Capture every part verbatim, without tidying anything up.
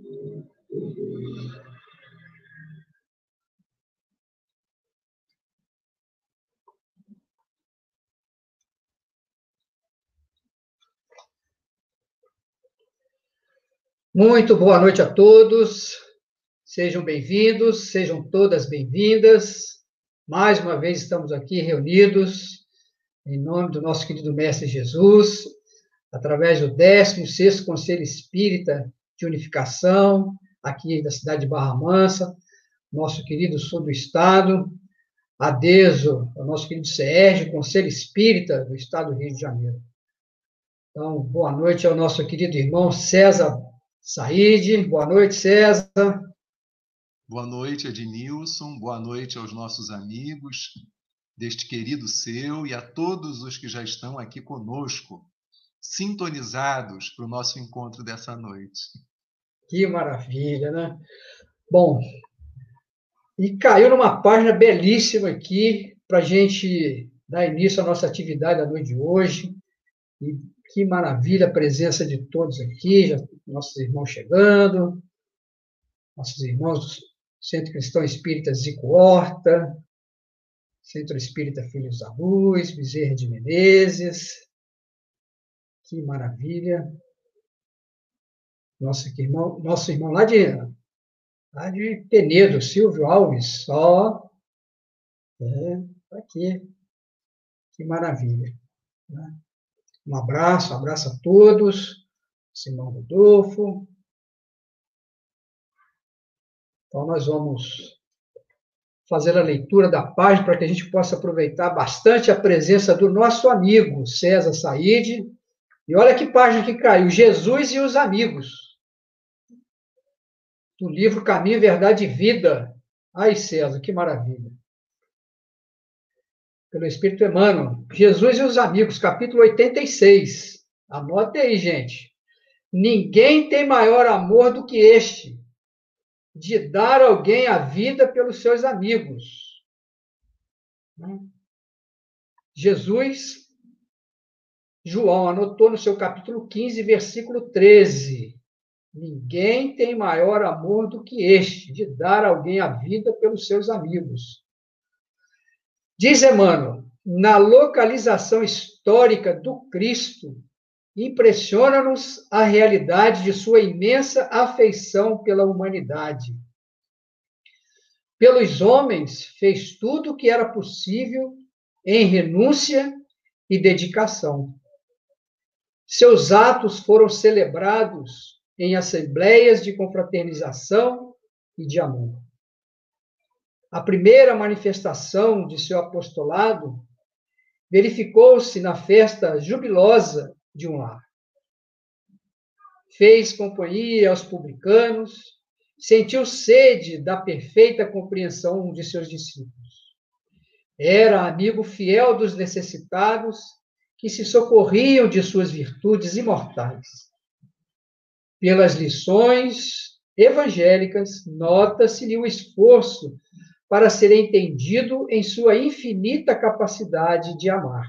Muito boa noite a todos, sejam bem-vindos, sejam todas bem-vindas. Mais uma vez estamos aqui reunidos, em nome do nosso querido Mestre Jesus, através do décimo sexto Conselho Espírita de Unificação, aqui da cidade de Barra Mansa, nosso querido sul do estado, adeso ao nosso querido Sérgio, Conselho Espírita do estado do Rio de Janeiro. Então, boa noite ao nosso querido irmão César Saíde. Boa noite, César. Boa noite, Ednilson. Boa noite aos nossos amigos deste querido seu e a todos os que já estão aqui conosco, sintonizados para o nosso encontro dessa noite. Que maravilha, né? Bom, e caiu numa página belíssima aqui para a gente dar início à nossa atividade da noite de hoje. E que maravilha a presença de todos aqui, já, nossos irmãos chegando, nossos irmãos do Centro Cristão Espírita Zico Horta, Centro Espírita Filhos da Luz, Bezerra de Menezes. Que maravilha. Nosso irmão, nosso irmão lá de, lá de Penedo, Silvio Alves, ó, é, tá aqui. Que maravilha. Né? Um abraço, um abraço a todos. Simão Rodolfo. Então, nós vamos fazer a leitura da página para que a gente possa aproveitar bastante a presença do nosso amigo César Saíde. E olha que página que caiu, Jesus e os Amigos, do livro Caminho, Verdade e Vida. Ai, César, que maravilha. Pelo Espírito Emmanuel. Jesus e os Amigos, capítulo oitenta e seis. Anote aí, gente. Ninguém tem maior amor do que este, de dar alguém a vida pelos seus amigos. Jesus, João, anotou no seu capítulo quinze, versículo treze. Ninguém tem maior amor do que este, de dar alguém a vida pelos seus amigos. Diz Emmanuel, na localização histórica do Cristo, impressiona-nos a realidade de sua imensa afeição pela humanidade. Pelos homens, fez tudo o que era possível em renúncia e dedicação. Seus atos foram celebrados em assembleias de confraternização e de amor. A primeira manifestação de seu apostolado verificou-se na festa jubilosa de um lar. Fez companhia aos publicanos, sentiu sede da perfeita compreensão de seus discípulos. Era amigo fiel dos necessitados que se socorriam de suas virtudes imortais. Pelas lições evangélicas, nota-se-lhe o esforço para ser entendido em sua infinita capacidade de amar.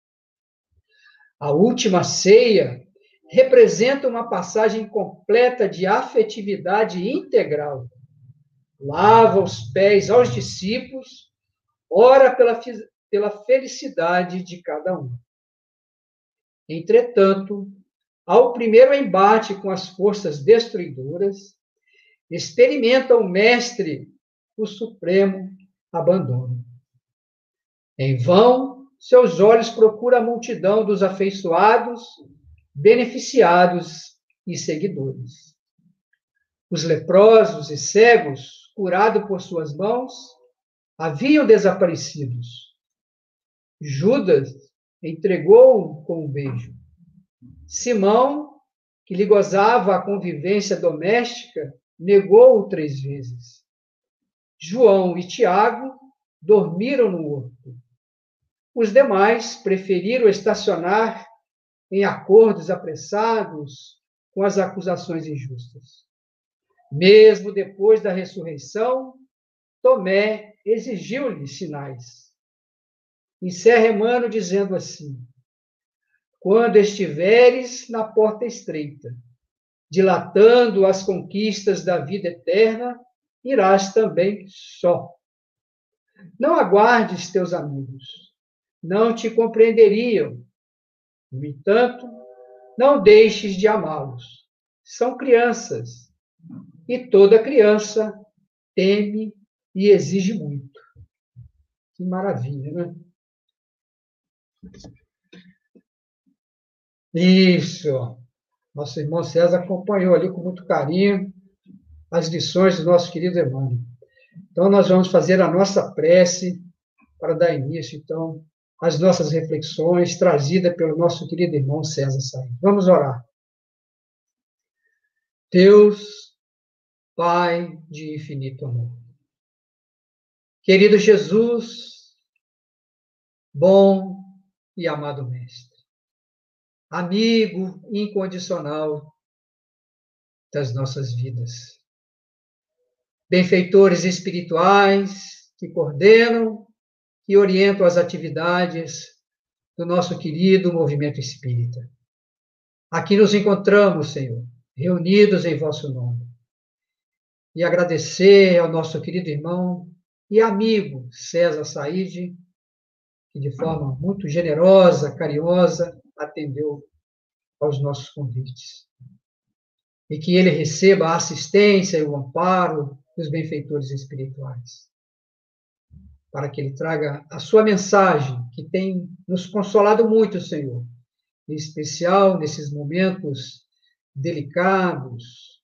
A última ceia representa uma passagem completa de afetividade integral. Lava os pés aos discípulos, ora pela, pela felicidade de cada um. Entretanto, ao primeiro embate com as forças destruidoras, experimenta o mestre o supremo abandono. Em vão, seus olhos procuram a multidão dos afeiçoados, beneficiados e seguidores. Os leprosos e cegos, curados por suas mãos, haviam desaparecidos. Judas entregou-o com um beijo. Simão, que lhe gozava a convivência doméstica, negou-o três vezes. João e Tiago dormiram no horto. Os demais preferiram estacionar em acordos apressados com as acusações injustas. Mesmo depois da ressurreição, Tomé exigiu-lhe sinais. Encerra Emmanuel dizendo assim: quando estiveres na porta estreita, dilatando as conquistas da vida eterna, irás também só. Não aguardes teus amigos, não te compreenderiam. No entanto, não deixes de amá-los. São crianças, e toda criança teme e exige muito. Que maravilha, né? Isso. Nosso irmão César acompanhou ali com muito carinho as lições do nosso querido Emmanuel. Então, nós vamos fazer a nossa prece para dar início, então, às nossas reflexões trazidas pelo nosso querido irmão César Said. Vamos orar. Deus, Pai de infinito amor. Querido Jesus, bom e amado Mestre, amigo incondicional das nossas vidas, benfeitores espirituais que coordenam e orientam as atividades do nosso querido movimento espírita. Aqui nos encontramos, Senhor, reunidos em vosso nome. E agradecer ao nosso querido irmão e amigo César Said, que de forma muito generosa, carinhosa, atendeu aos nossos convites. E que ele receba a assistência e o amparo dos benfeitores espirituais, para que ele traga a sua mensagem, que tem nos consolado muito, Senhor, em especial nesses momentos delicados,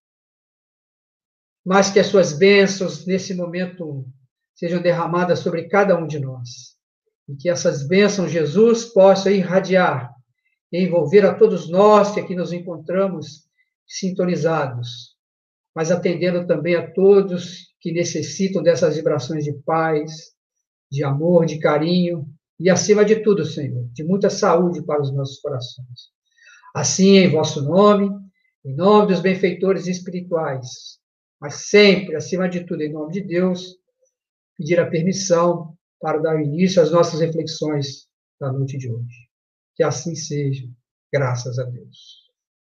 mas que as suas bênçãos nesse momento sejam derramadas sobre cada um de nós, e que essas bênçãos, Jesus, possam irradiar e envolver a todos nós que aqui nos encontramos sintonizados, mas atendendo também a todos que necessitam dessas vibrações de paz, de amor, de carinho, e acima de tudo, Senhor, de muita saúde para os nossos corações. Assim, em vosso nome, em nome dos benfeitores espirituais, mas sempre, acima de tudo, em nome de Deus, pedir a permissão para dar início às nossas reflexões da noite de hoje. Que assim seja, graças a Deus.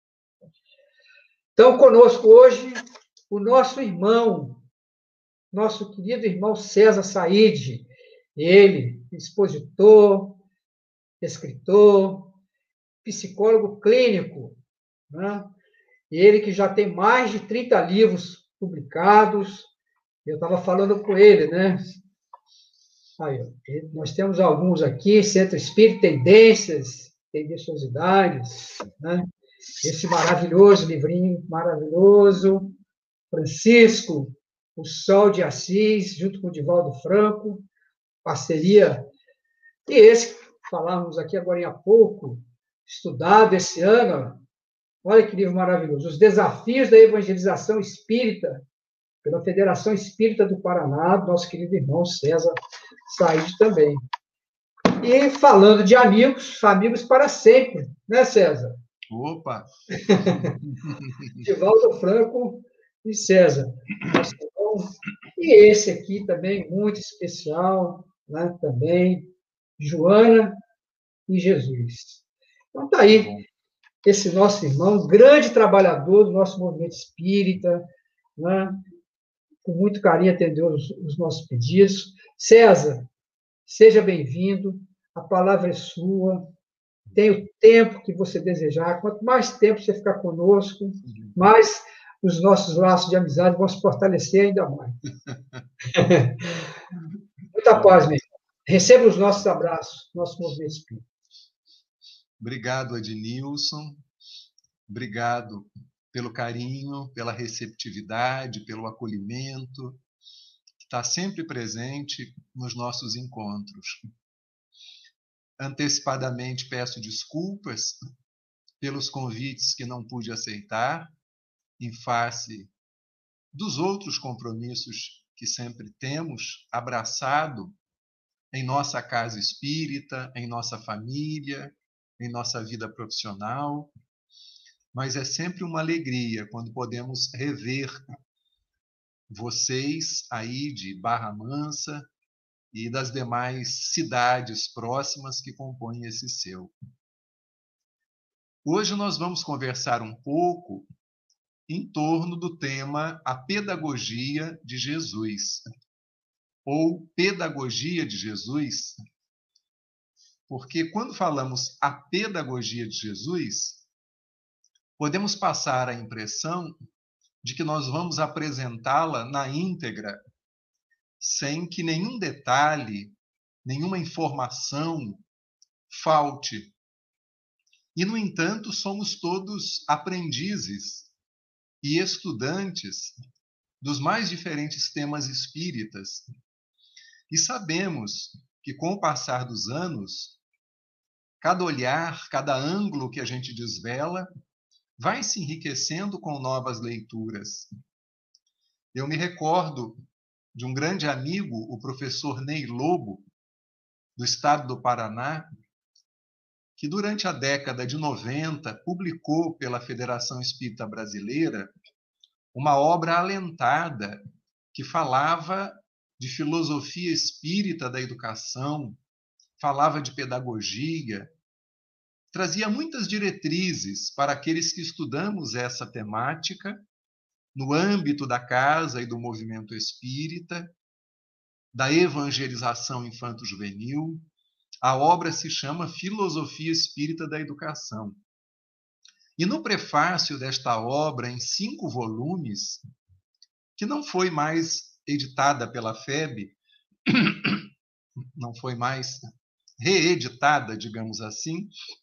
Então, conosco hoje, o nosso irmão, nosso querido irmão César Said, ele, expositor, escritor, psicólogo clínico, né? Ele que já tem mais de trinta livros publicados. Eu estava falando com ele, né? Aí, nós temos alguns aqui, Centro Espírita, Tendências, Tendenciosidades, né? Esse maravilhoso livrinho, maravilhoso, Francisco, O Sol de Assis, junto com o Divaldo Franco, parceria. E esse, falamos aqui agora há pouco, estudado esse ano, olha que livro maravilhoso, Os Desafios da Evangelização Espírita, pela Federação Espírita do Paraná, nosso querido irmão César Said também. E falando de amigos, amigos para sempre, né, César? Opa! Divaldo Franco e César. E esse aqui também, muito especial, né, também, Joana e Jesus. Então, está aí, esse nosso irmão, grande trabalhador do nosso movimento espírita, né, com muito carinho atendeu os, os nossos pedidos. César, seja bem-vindo, a palavra é sua, tem o tempo que você desejar, quanto mais tempo você ficar conosco, mais os nossos laços de amizade vão se fortalecer ainda mais. Muita paz, meu irmão. Receba os nossos abraços, nosso movimento espírita. Obrigado, Ednilson. Obrigado pelo carinho, pela receptividade, pelo acolhimento, que está sempre presente nos nossos encontros. Antecipadamente peço desculpas pelos convites que não pude aceitar, em face dos outros compromissos que sempre temos abraçado em nossa casa espírita, em nossa família, em nossa vida profissional. Mas é sempre uma alegria quando podemos rever vocês aí de Barra Mansa e das demais cidades próximas que compõem esse seu. Hoje nós vamos conversar um pouco em torno do tema A Pedagogia de Jesus, ou Pedagogia de Jesus, porque quando falamos a pedagogia de Jesus, podemos passar a impressão de que nós vamos apresentá-la na íntegra, sem que nenhum detalhe, nenhuma informação falte. E, no entanto, somos todos aprendizes e estudantes dos mais diferentes temas espíritas. E sabemos que, com o passar dos anos, cada olhar, cada ângulo que a gente desvela, vai se enriquecendo com novas leituras. Eu me recordo de um grande amigo, o professor Ney Lobo, do estado do Paraná, que durante a década de noventa publicou pela Federação Espírita Brasileira uma obra alentada que falava de filosofia espírita da educação, falava de pedagogia, trazia muitas diretrizes para aqueles que estudamos essa temática no âmbito da casa e do movimento espírita, da evangelização infanto-juvenil. A obra se chama Filosofia Espírita da Educação. E no prefácio desta obra, em cinco volumes, que não foi mais editada pela F E B, não foi mais reeditada, digamos assim,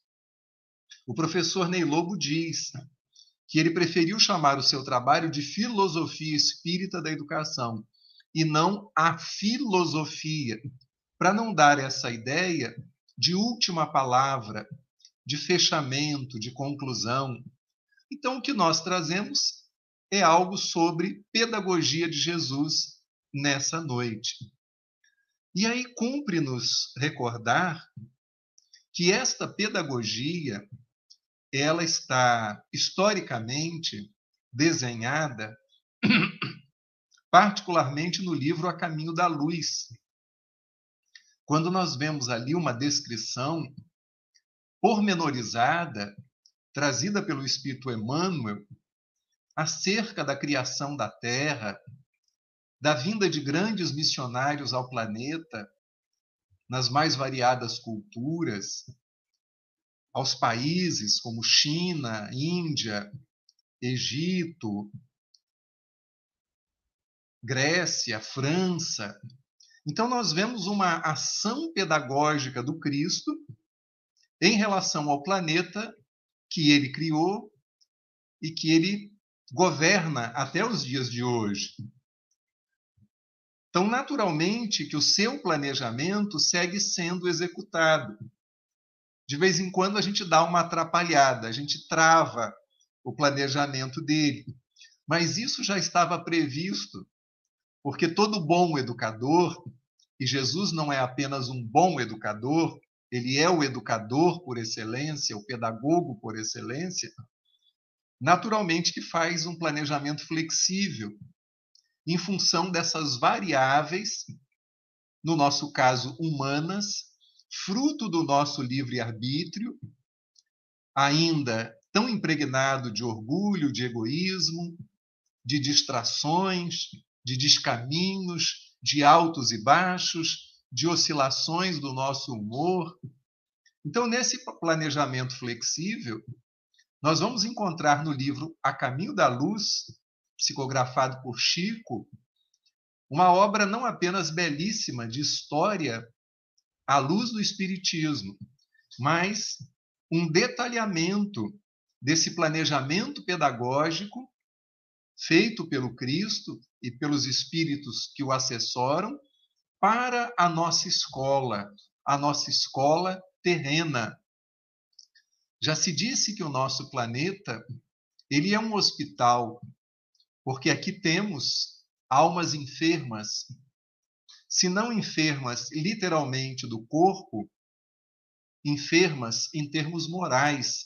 o professor Ney Lobo diz que ele preferiu chamar o seu trabalho de Filosofia Espírita da Educação e não a filosofia, para não dar essa ideia de última palavra, de fechamento, de conclusão. Então, o que nós trazemos é algo sobre pedagogia de Jesus nessa noite. E aí cumpre-nos recordar que esta pedagogia, ela está historicamente desenhada particularmente no livro A Caminho da Luz, quando nós vemos ali uma descrição pormenorizada, trazida pelo Espírito Emmanuel, acerca da criação da Terra, da vinda de grandes missionários ao planeta, nas mais variadas culturas, aos países como China, Índia, Egito, Grécia, França. Então, nós vemos uma ação pedagógica do Cristo em relação ao planeta que ele criou e que ele governa até os dias de hoje. Então, naturalmente, que o seu planejamento segue sendo executado. De vez em quando, a gente dá uma atrapalhada, a gente trava o planejamento dele. Mas isso já estava previsto, porque todo bom educador, e Jesus não é apenas um bom educador, ele é o educador por excelência, o pedagogo por excelência, naturalmente que faz um planejamento flexível, em função dessas variáveis, no nosso caso, humanas, fruto do nosso livre-arbítrio, ainda tão impregnado de orgulho, de egoísmo, de distrações, de descaminhos, de altos e baixos, de oscilações do nosso humor. Então, nesse planejamento flexível, nós vamos encontrar no livro A Caminho da Luz, psicografado por Chico, uma obra não apenas belíssima de história à luz do Espiritismo, mas um detalhamento desse planejamento pedagógico feito pelo Cristo e pelos espíritos que o assessoram para a nossa escola, a nossa escola terrena. Já se disse que o nosso planeta, ele é um hospital, porque aqui temos almas enfermas, se não enfermas literalmente do corpo, enfermas em termos morais.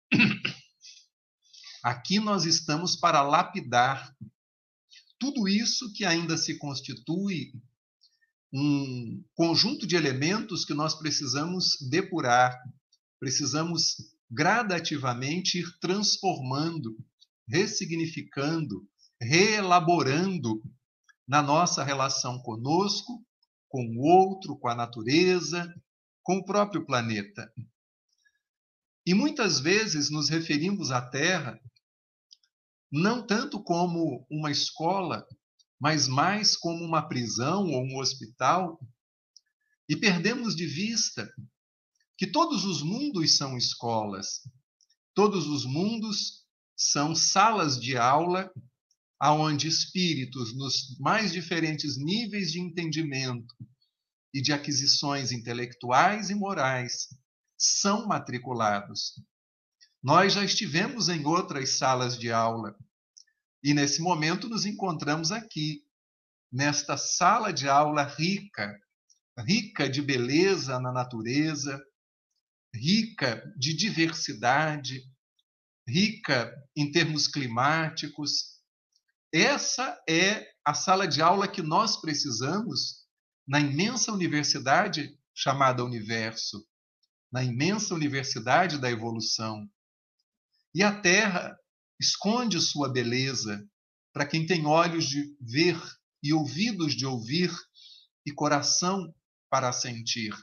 Aqui nós estamos para lapidar tudo isso que ainda se constitui um conjunto de elementos que nós precisamos depurar, precisamos gradativamente ir transformando, ressignificando, reelaborando na nossa relação conosco, com o outro, com a natureza, com o próprio planeta. E muitas vezes nos referimos à Terra não tanto como uma escola, mas mais como uma prisão ou um hospital, e perdemos de vista que todos os mundos são escolas, todos os mundos são salas de aula aonde espíritos nos mais diferentes níveis de entendimento e de aquisições intelectuais e morais são matriculados. Nós já estivemos em outras salas de aula e nesse momento nos encontramos aqui, nesta sala de aula rica, rica de beleza na natureza, rica de diversidade, rica em termos climáticos. Essa é a sala de aula que nós precisamos na imensa universidade chamada Universo, na imensa universidade da evolução. E a Terra esconde sua beleza para quem tem olhos de ver e ouvidos de ouvir e coração para sentir.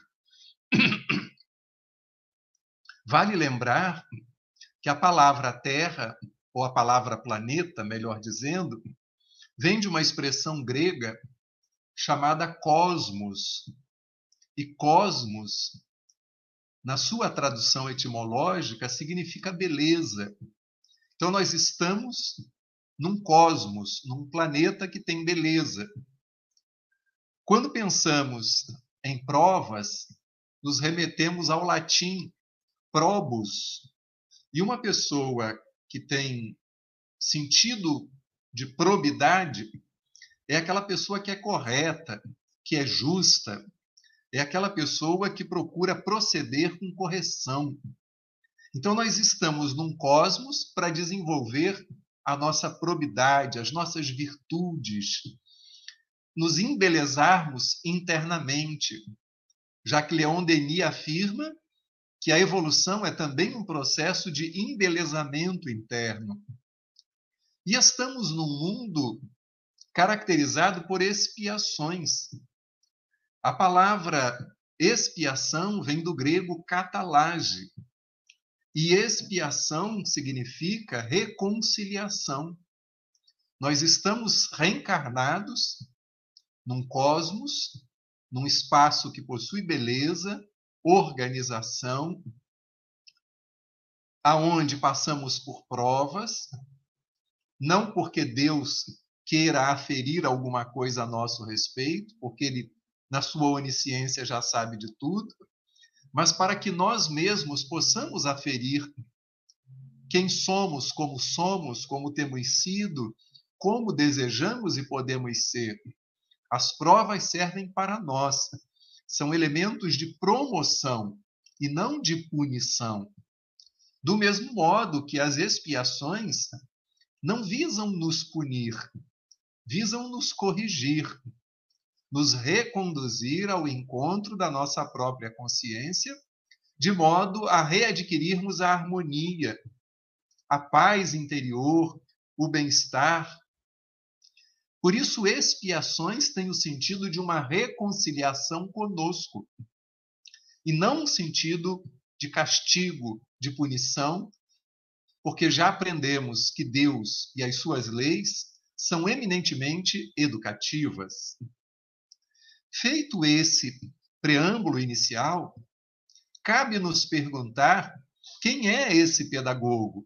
Vale lembrar que a palavra Terra, ou a palavra planeta, melhor dizendo, vem de uma expressão grega chamada cosmos. E cosmos, na sua tradução etimológica, significa beleza. Então, nós estamos num cosmos, num planeta que tem beleza. Quando pensamos em provas, nos remetemos ao latim probus. E uma pessoa que tem sentido de probidade é aquela pessoa que é correta, que é justa, é aquela pessoa que procura proceder com correção. Então, nós estamos num cosmos para desenvolver a nossa probidade, as nossas virtudes, nos embelezarmos internamente, já que Leon Denis afirma que a evolução é também um processo de embelezamento interno. E estamos num mundo caracterizado por expiações. A palavra expiação vem do grego katalage, e expiação significa reconciliação. Nós estamos reencarnados num cosmos, num espaço que possui beleza, organização, aonde passamos por provas, não porque Deus queira aferir alguma coisa a nosso respeito, porque Ele, na sua onisciência, já sabe de tudo, mas para que nós mesmos possamos aferir quem somos, como somos, como temos sido, como desejamos e podemos ser. As provas servem para nós, são elementos de promoção e não de punição. Do mesmo modo que as expiações não visam nos punir, visam nos corrigir, nos reconduzir ao encontro da nossa própria consciência, de modo a readquirirmos a harmonia, a paz interior, o bem-estar. Por isso, expiações têm o sentido de uma reconciliação conosco, e não um sentido de castigo, de punição, porque já aprendemos que Deus e as suas leis são eminentemente educativas. Feito esse preâmbulo inicial, cabe nos perguntar quem é esse pedagogo.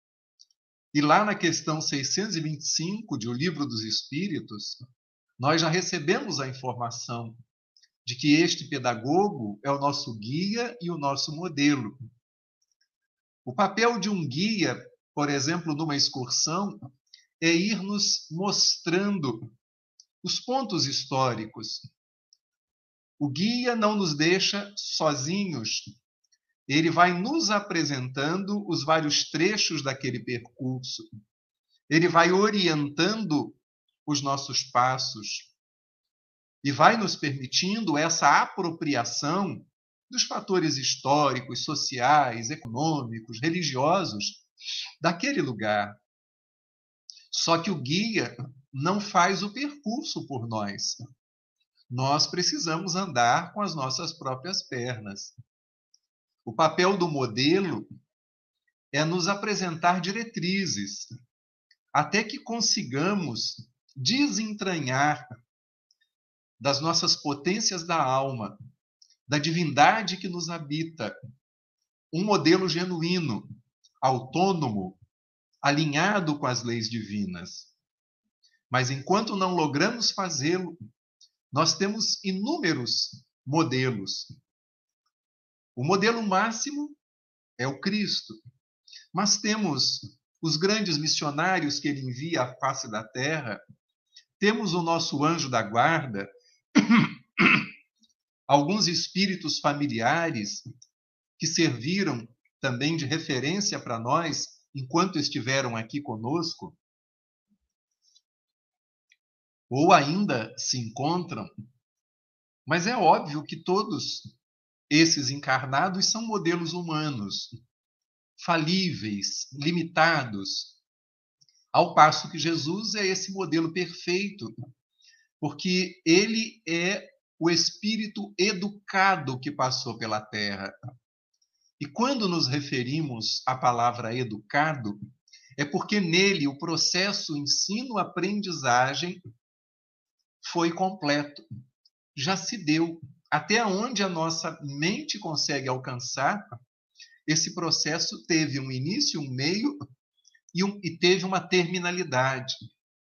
E lá na questão seiscentos e vinte e cinco de O Livro dos Espíritos, nós já recebemos a informação de que este pedagogo é o nosso guia e o nosso modelo. O papel de um guia, por exemplo, numa excursão, é ir nos mostrando os pontos históricos. O guia não nos deixa sozinhos. Ele vai nos apresentando os vários trechos daquele percurso. Ele vai orientando os nossos passos e vai nos permitindo essa apropriação dos fatores históricos, sociais, econômicos, religiosos daquele lugar. Só que o guia não faz o percurso por nós. Nós precisamos andar com as nossas próprias pernas. O papel do modelo é nos apresentar diretrizes, até que consigamos desentranhar das nossas potências da alma, da divindade que nos habita, um modelo genuíno, autônomo, alinhado com as leis divinas. Mas enquanto não logramos fazê-lo, nós temos inúmeros modelos. O modelo máximo é o Cristo, mas temos os grandes missionários que ele envia à face da terra, temos o nosso anjo da guarda, alguns espíritos familiares que serviram também de referência para nós enquanto estiveram aqui conosco, ou ainda se encontram, mas é óbvio que todos esses encarnados são modelos humanos, falíveis, limitados, ao passo que Jesus é esse modelo perfeito, porque ele é o espírito educado que passou pela Terra. E quando nos referimos à palavra educado, é porque nele o processo ensino-aprendizagem foi completo, já se deu. Até onde a nossa mente consegue alcançar, esse processo teve um início, um meio e, um, e teve uma terminalidade.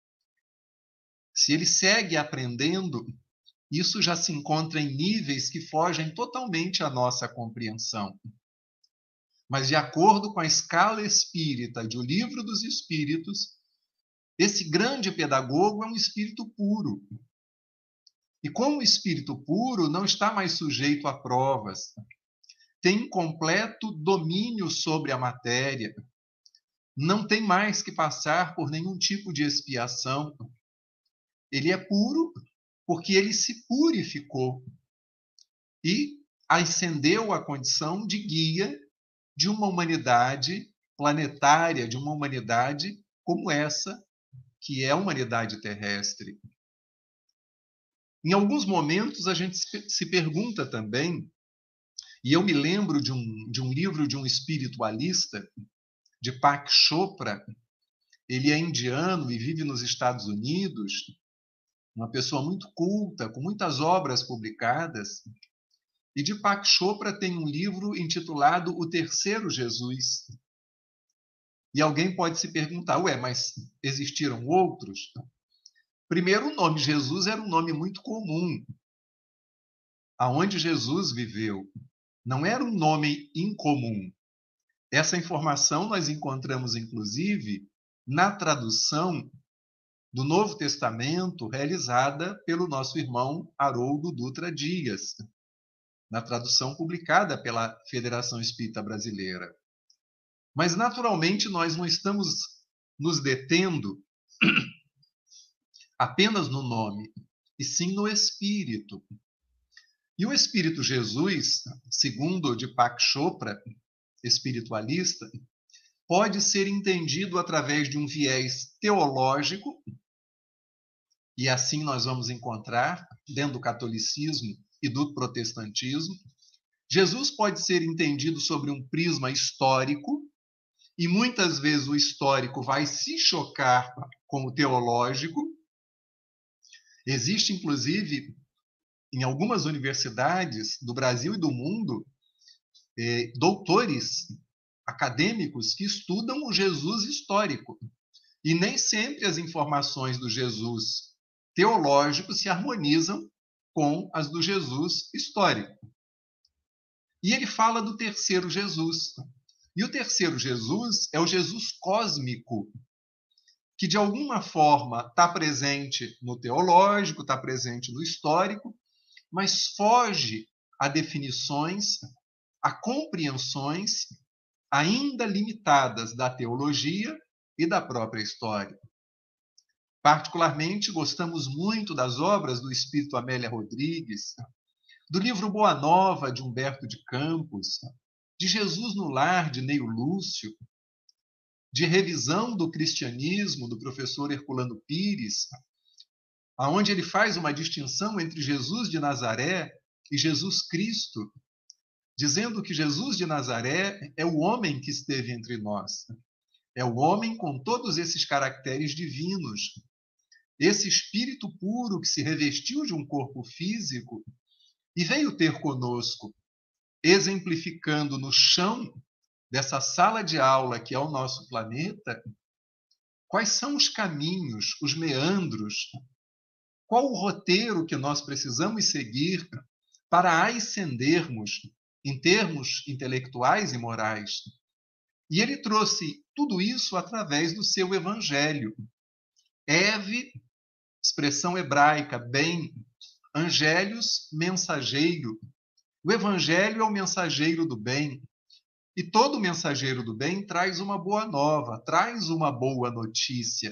Se ele segue aprendendo, isso já se encontra em níveis que fogem totalmente à nossa compreensão. Mas, de acordo com a escala espírita de O Livro dos Espíritos, esse grande pedagogo é um espírito puro. E como o espírito puro não está mais sujeito a provas, tem completo domínio sobre a matéria, não tem mais que passar por nenhum tipo de expiação. Ele é puro porque ele se purificou e ascendeu à condição de guia de uma humanidade planetária, de uma humanidade como essa, que é a humanidade terrestre. Em alguns momentos a gente se pergunta também, e eu me lembro de um, de um livro de um espiritualista, de Deepak Chopra. Ele é indiano e vive nos Estados Unidos, uma pessoa muito culta, com muitas obras publicadas. E Deepak Chopra tem um livro intitulado O Terceiro Jesus. E alguém pode se perguntar, ué, mas existiram outros? Primeiro, o nome Jesus era um nome muito comum. Aonde Jesus viveu, não era um nome incomum. Essa informação nós encontramos, inclusive, na tradução do Novo Testamento realizada pelo nosso irmão Haroldo Dutra Dias, na tradução publicada pela Federação Espírita Brasileira. Mas, naturalmente, nós não estamos nos detendo apenas no nome, e sim no espírito. E o Espírito Jesus, segundo Deepak Chopra, espiritualista, pode ser entendido através de um viés teológico, e assim nós vamos encontrar dentro do catolicismo e do protestantismo. Jesus pode ser entendido sobre um prisma histórico, e muitas vezes o histórico vai se chocar com o teológico. Existe, inclusive, em algumas universidades do Brasil e do mundo, eh, doutores acadêmicos que estudam o Jesus histórico. E nem sempre as informações do Jesus teológico se harmonizam com as do Jesus histórico. E ele fala do terceiro Jesus. E o terceiro Jesus é o Jesus cósmico, que de alguma forma está presente no teológico, está presente no histórico, mas foge a definições, a compreensões ainda limitadas da teologia e da própria história. Particularmente, gostamos muito das obras do espírito Amélia Rodrigues, do livro Boa Nova, de Humberto de Campos, de Jesus no Lar, de Neio Lúcio. de revisão do cristianismo do professor Herculano Pires, aonde ele faz uma distinção entre Jesus de Nazaré e Jesus Cristo, dizendo que Jesus de Nazaré é o homem que esteve entre nós. É o homem com todos esses caracteres divinos. Esse espírito puro que se revestiu de um corpo físico e veio ter conosco, exemplificando no chão dessa sala de aula que é o nosso planeta, quais são os caminhos, os meandros, qual o roteiro que nós precisamos seguir para ascendermos em termos intelectuais e morais. E ele trouxe tudo isso através do seu evangelho. Eve, expressão hebraica, bem, angelios, mensageiro. O evangelho é o mensageiro do bem. E todo mensageiro do bem traz uma boa nova, traz uma boa notícia.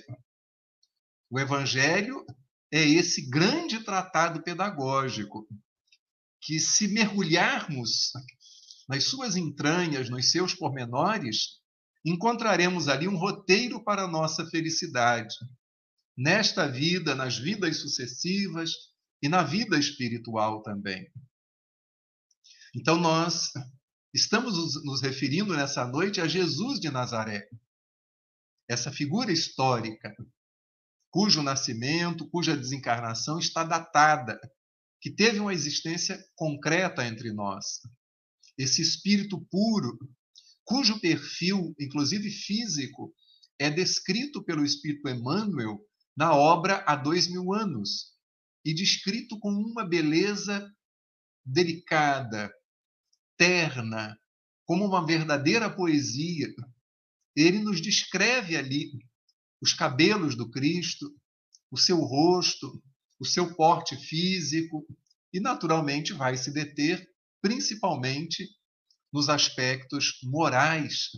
O evangelho é esse grande tratado pedagógico que, se mergulharmos nas suas entranhas, nos seus pormenores, encontraremos ali um roteiro para a nossa felicidade, nesta vida, nas vidas sucessivas e na vida espiritual também. Então, nós estamos nos referindo nessa noite a Jesus de Nazaré, essa figura histórica, cujo nascimento, cuja desencarnação está datada, que teve uma existência concreta entre nós. Esse espírito puro, cujo perfil, inclusive físico, é descrito pelo Espírito Emmanuel na obra Há Dois Mil Anos, e descrito com uma beleza delicada, terna, como uma verdadeira poesia. Ele nos descreve ali os cabelos do Cristo, o seu rosto, o seu porte físico, e naturalmente vai se deter principalmente nos aspectos morais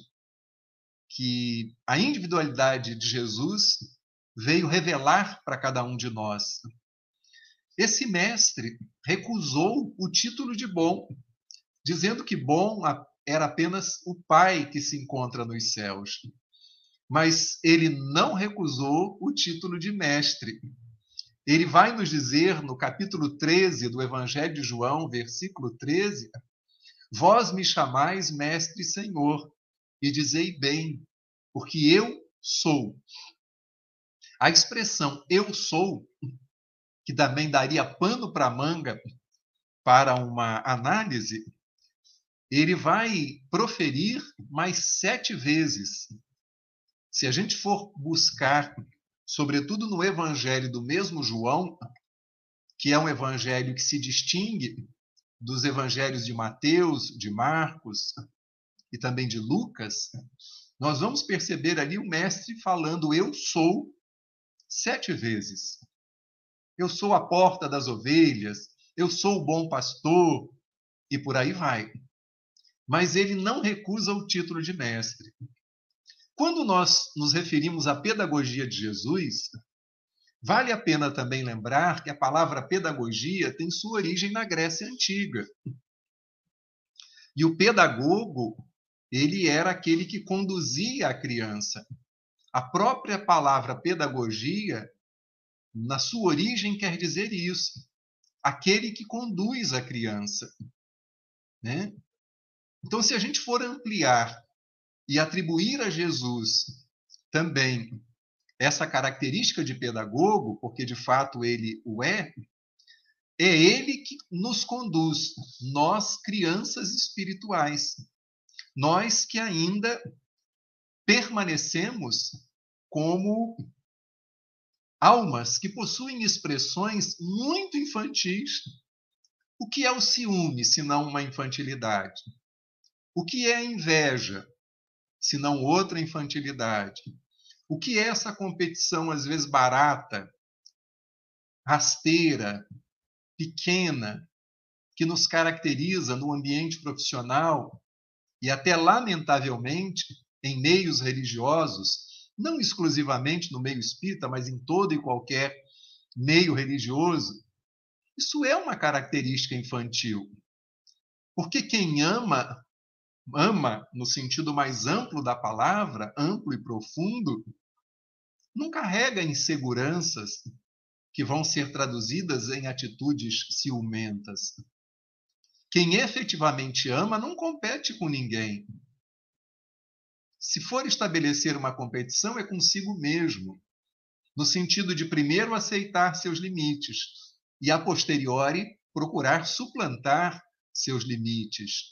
que a individualidade de Jesus veio revelar para cada um de nós. Esse mestre recusou o título de bom, dizendo que bom era apenas o Pai que se encontra nos céus. Mas ele não recusou o título de mestre. Ele vai nos dizer no capítulo treze do Evangelho de João, versículo treze, vós me chamais mestre e senhor, e dizei bem, porque eu sou. A expressão eu sou, que também daria pano para manga para uma análise, ele vai proferir mais sete vezes. Se a gente for buscar, sobretudo no evangelho do mesmo João, que é um evangelho que se distingue dos evangelhos de Mateus, de Marcos e também de Lucas, nós vamos perceber ali o mestre falando eu sou sete vezes. Eu sou a porta das ovelhas, eu sou o bom pastor, e por aí vai. Mas ele não recusa o título de mestre. Quando nós nos referimos à pedagogia de Jesus, vale a pena também lembrar que a palavra pedagogia tem sua origem na Grécia Antiga. E o pedagogo, ele era aquele que conduzia a criança. A própria palavra pedagogia, na sua origem, quer dizer isso. Aquele que conduz a criança. Né? Então, se a gente for ampliar e atribuir a Jesus também essa característica de pedagogo, porque de fato ele o é, é ele que nos conduz, nós, crianças espirituais, nós que ainda permanecemos como almas que possuem expressões muito infantis. O que é o ciúme, se não uma infantilidade? O que é a inveja, se não outra infantilidade? O que é essa competição, às vezes, barata, rasteira, pequena, que nos caracteriza no ambiente profissional e até, lamentavelmente, em meios religiosos, não exclusivamente no meio espírita, mas em todo e qualquer meio religioso? Isso é uma característica infantil. Porque quem ama ama no sentido mais amplo da palavra, amplo e profundo, não carrega inseguranças que vão ser traduzidas em atitudes ciumentas. Quem efetivamente ama não compete com ninguém. Se for estabelecer uma competição, é consigo mesmo, no sentido de primeiro aceitar seus limites e, a posteriori, procurar suplantar seus limites.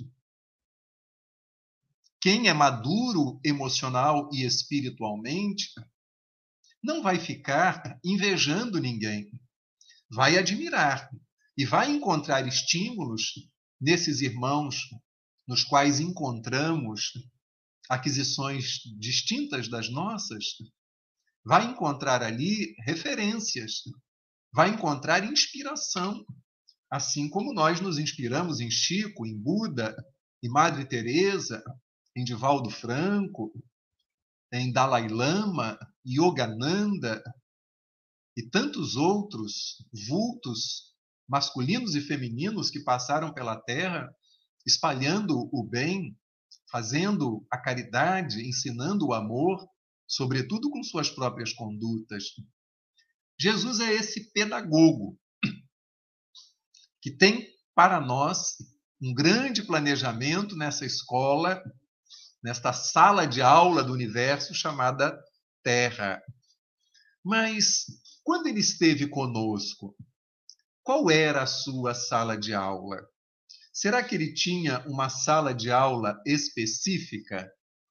Quem é maduro emocional e espiritualmente não vai ficar invejando ninguém, vai admirar e vai encontrar estímulos nesses irmãos nos quais encontramos aquisições distintas das nossas, vai encontrar ali referências, vai encontrar inspiração, assim como nós nos inspiramos em Chico, em Buda, em Madre Teresa, em Divaldo Franco, em Dalai Lama, Yogananda e tantos outros vultos masculinos e femininos que passaram pela Terra espalhando o bem, fazendo a caridade, ensinando o amor, sobretudo com suas próprias condutas. Jesus é esse pedagogo que tem para nós um grande planejamento nessa escola, nesta sala de aula do universo chamada Terra. Mas, quando ele esteve conosco, qual era a sua sala de aula? Será que ele tinha uma sala de aula específica?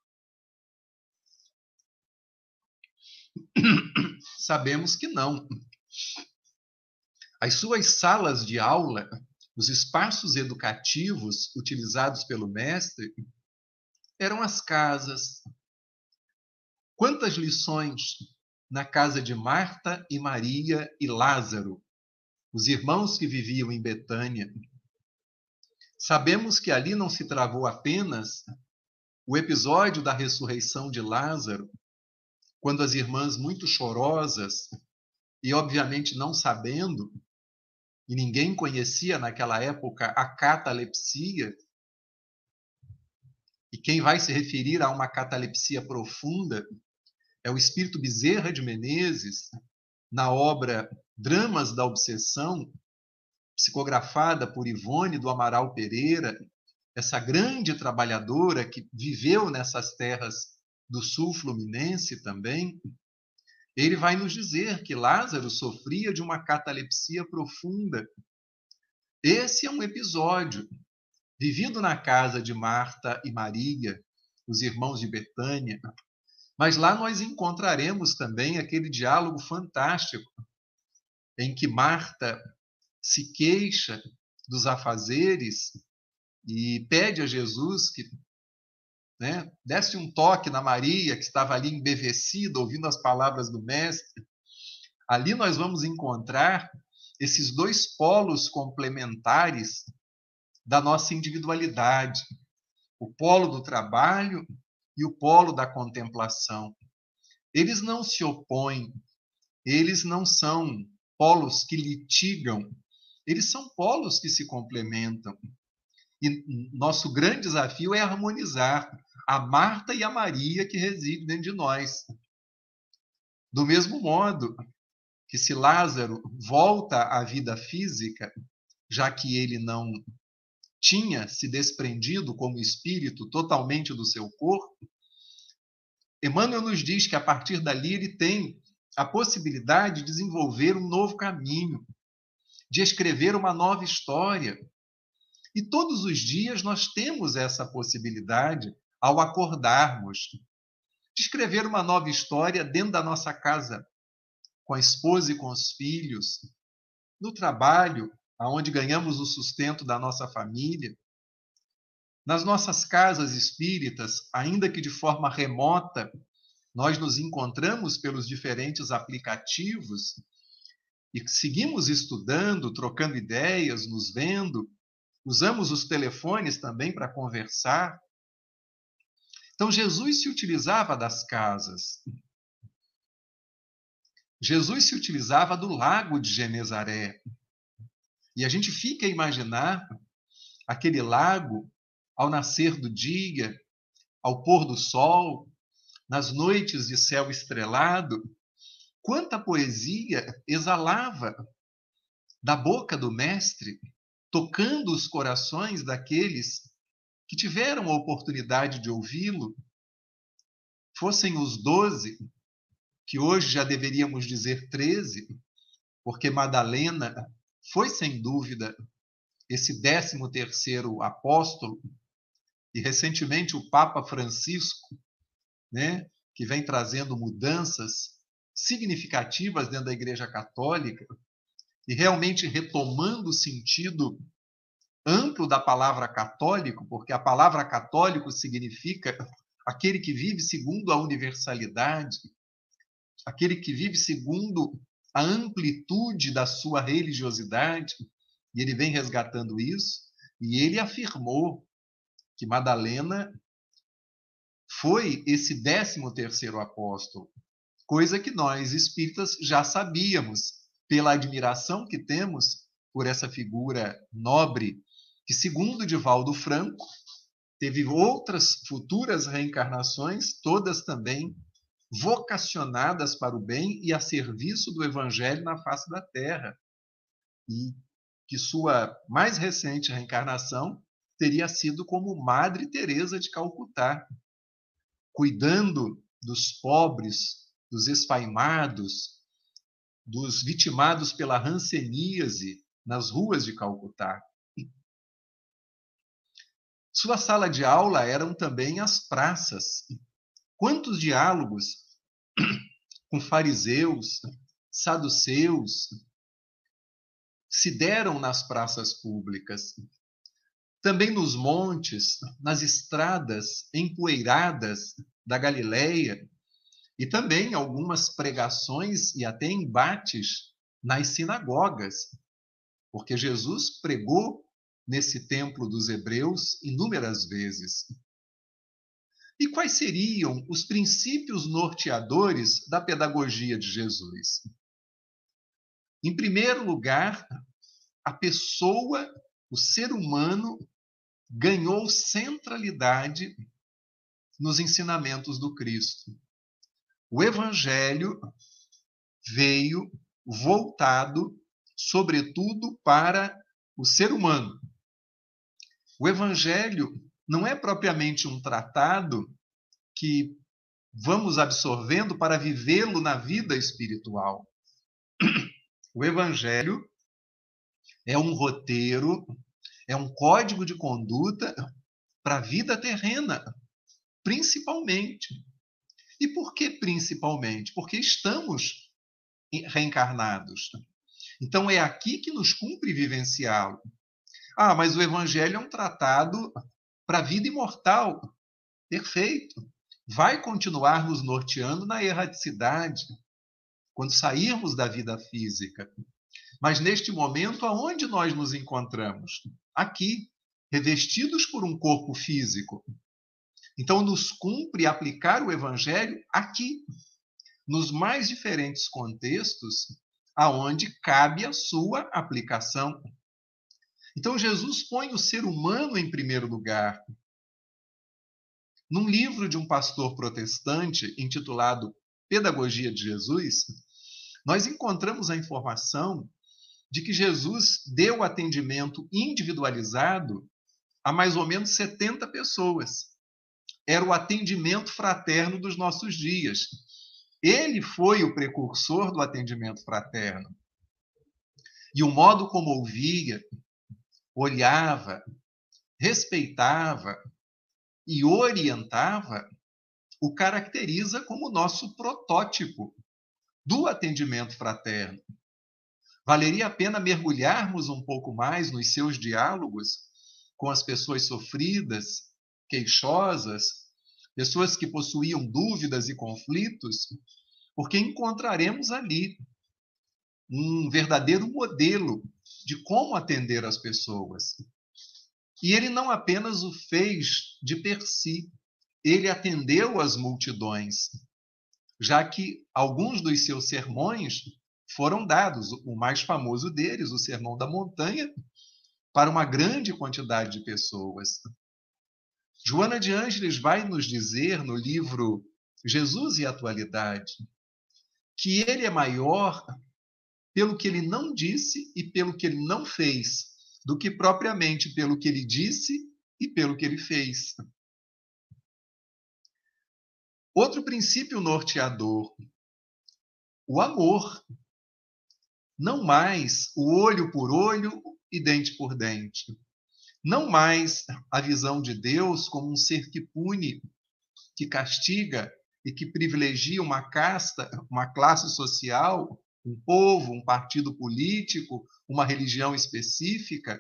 Sabemos que não. As suas salas de aula, os espaços educativos utilizados pelo mestre, eram as casas. Quantas lições na casa de Marta e Maria e Lázaro, os irmãos que viviam em Betânia. Sabemos que ali não se travou apenas o episódio da ressurreição de Lázaro, quando as irmãs muito chorosas e obviamente não sabendo, e ninguém conhecia naquela época a catalepsia, e quem vai se referir a uma catalepsia profunda é o espírito Bezerra de Menezes, na obra Dramas da Obsessão, psicografada por Ivone do Amaral Pereira, essa grande trabalhadora que viveu nessas terras do sul fluminense também. Ele vai nos dizer que Lázaro sofria de uma catalepsia profunda. Esse é um episódio vivido na casa de Marta e Maria, os irmãos de Betânia. Mas lá nós encontraremos também aquele diálogo fantástico em que Marta se queixa dos afazeres e pede a Jesus que, né, desse um toque na Maria, que estava ali embevecida, ouvindo as palavras do Mestre. Ali nós vamos encontrar esses dois polos complementares da nossa individualidade, o polo do trabalho e o polo da contemplação. Eles não se opõem, eles não são polos que litigam, eles são polos que se complementam. E nosso grande desafio é harmonizar a Marta e a Maria que residem dentro de nós. Do mesmo modo que se Lázaro volta à vida física, já que ele não tinha se desprendido como espírito totalmente do seu corpo, Emmanuel nos diz que a partir dali ele tem a possibilidade de desenvolver um novo caminho, de escrever uma nova história. E todos os dias nós temos essa possibilidade ao acordarmos, de escrever uma nova história dentro da nossa casa, com a esposa e com os filhos, no trabalho, aonde ganhamos o sustento da nossa família, nas nossas casas espíritas, ainda que de forma remota, nós nos encontramos pelos diferentes aplicativos e seguimos estudando, trocando ideias, nos vendo, usamos os telefones também para conversar. Então, Jesus se utilizava das casas. Jesus se utilizava do lago de Genezaré. E a gente fica a imaginar aquele lago ao nascer do dia, ao pôr do sol, nas noites de céu estrelado, quanta poesia exalava da boca do mestre, tocando os corações daqueles que tiveram a oportunidade de ouvi-lo, fossem os doze, que hoje já deveríamos dizer treze, porque Madalena foi, sem dúvida, esse décimo terceiro apóstolo, e recentemente o Papa Francisco, né, que vem trazendo mudanças significativas dentro da Igreja Católica, e realmente retomando o sentido amplo da palavra católico, porque a palavra católico significa aquele que vive segundo a universalidade, aquele que vive segundo a amplitude da sua religiosidade, e ele vem resgatando isso, e ele afirmou que Madalena foi esse décimo terceiro apóstolo, coisa que nós espíritas já sabíamos, pela admiração que temos por essa figura nobre, que, segundo Divaldo Franco, teve outras futuras reencarnações, todas também vocacionadas para o bem e a serviço do Evangelho na face da Terra. E que sua mais recente reencarnação teria sido como Madre Teresa de Calcutá, cuidando dos pobres, dos esfaimados, dos vitimados pela hanseníase nas ruas de Calcutá. Sua sala de aula eram também as praças. Quantos diálogos com fariseus, saduceus se deram nas praças públicas. Também nos montes, nas estradas empoeiradas da Galileia, e também algumas pregações e até embates nas sinagogas, porque Jesus pregou nesse templo dos hebreus inúmeras vezes. E quais seriam os princípios norteadores da pedagogia de Jesus? Em primeiro lugar, a pessoa, o ser humano, ganhou centralidade nos ensinamentos do Cristo. O Evangelho veio voltado, sobretudo, para o ser humano. O Evangelho não é propriamente um tratado que vamos absorvendo para vivê-lo na vida espiritual. O Evangelho é um roteiro, é um código de conduta para a vida terrena, principalmente. E por que principalmente? Porque estamos reencarnados. Então é aqui que nos cumpre vivenciá-lo. Ah, mas o Evangelho é um tratado para a vida imortal. Perfeito. Vai continuar nos norteando na erraticidade, quando sairmos da vida física. Mas neste momento, aonde nós nos encontramos? Aqui, revestidos por um corpo físico. Então, nos cumpre aplicar o Evangelho aqui, nos mais diferentes contextos, aonde cabe a sua aplicação. Então, Jesus põe o ser humano em primeiro lugar. Num livro de um pastor protestante, intitulado Pedagogia de Jesus, nós encontramos a informação de que Jesus deu atendimento individualizado a mais ou menos setenta pessoas. Era o atendimento fraterno dos nossos dias. Ele foi o precursor do atendimento fraterno. E o modo como ouvia, olhava, respeitava e orientava o caracteriza como nosso protótipo do atendimento fraterno. Valeria a pena mergulharmos um pouco mais nos seus diálogos com as pessoas sofridas, queixosas, pessoas que possuíam dúvidas e conflitos, porque encontraremos ali um verdadeiro modelo de como atender as pessoas. E ele não apenas o fez de per si, ele atendeu as multidões, já que alguns dos seus sermões foram dados, o mais famoso deles, o Sermão da Montanha, para uma grande quantidade de pessoas. Joana de Ângeles vai nos dizer no livro Jesus e a Atualidade que ele é maior pelo que ele não disse e pelo que ele não fez, do que propriamente pelo que ele disse e pelo que ele fez. Outro princípio norteador, o amor. Não mais o olho por olho e dente por dente. Não mais a visão de Deus como um ser que pune, que castiga e que privilegia uma casta, uma classe social, um povo, um partido político, uma religião específica.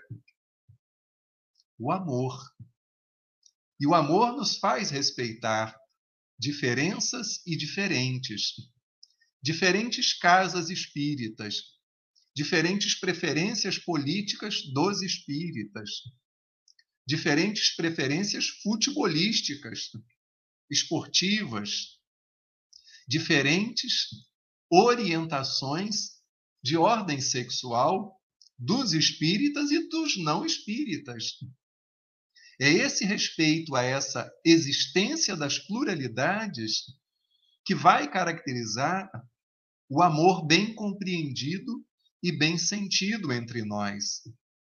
O amor. E o amor nos faz respeitar diferenças e diferentes. Diferentes casas espíritas, diferentes preferências políticas dos espíritas, diferentes preferências futebolísticas, esportivas, diferentes orientações de ordem sexual dos espíritas e dos não espíritas. É esse respeito a essa existência das pluralidades que vai caracterizar o amor bem compreendido e bem sentido entre nós.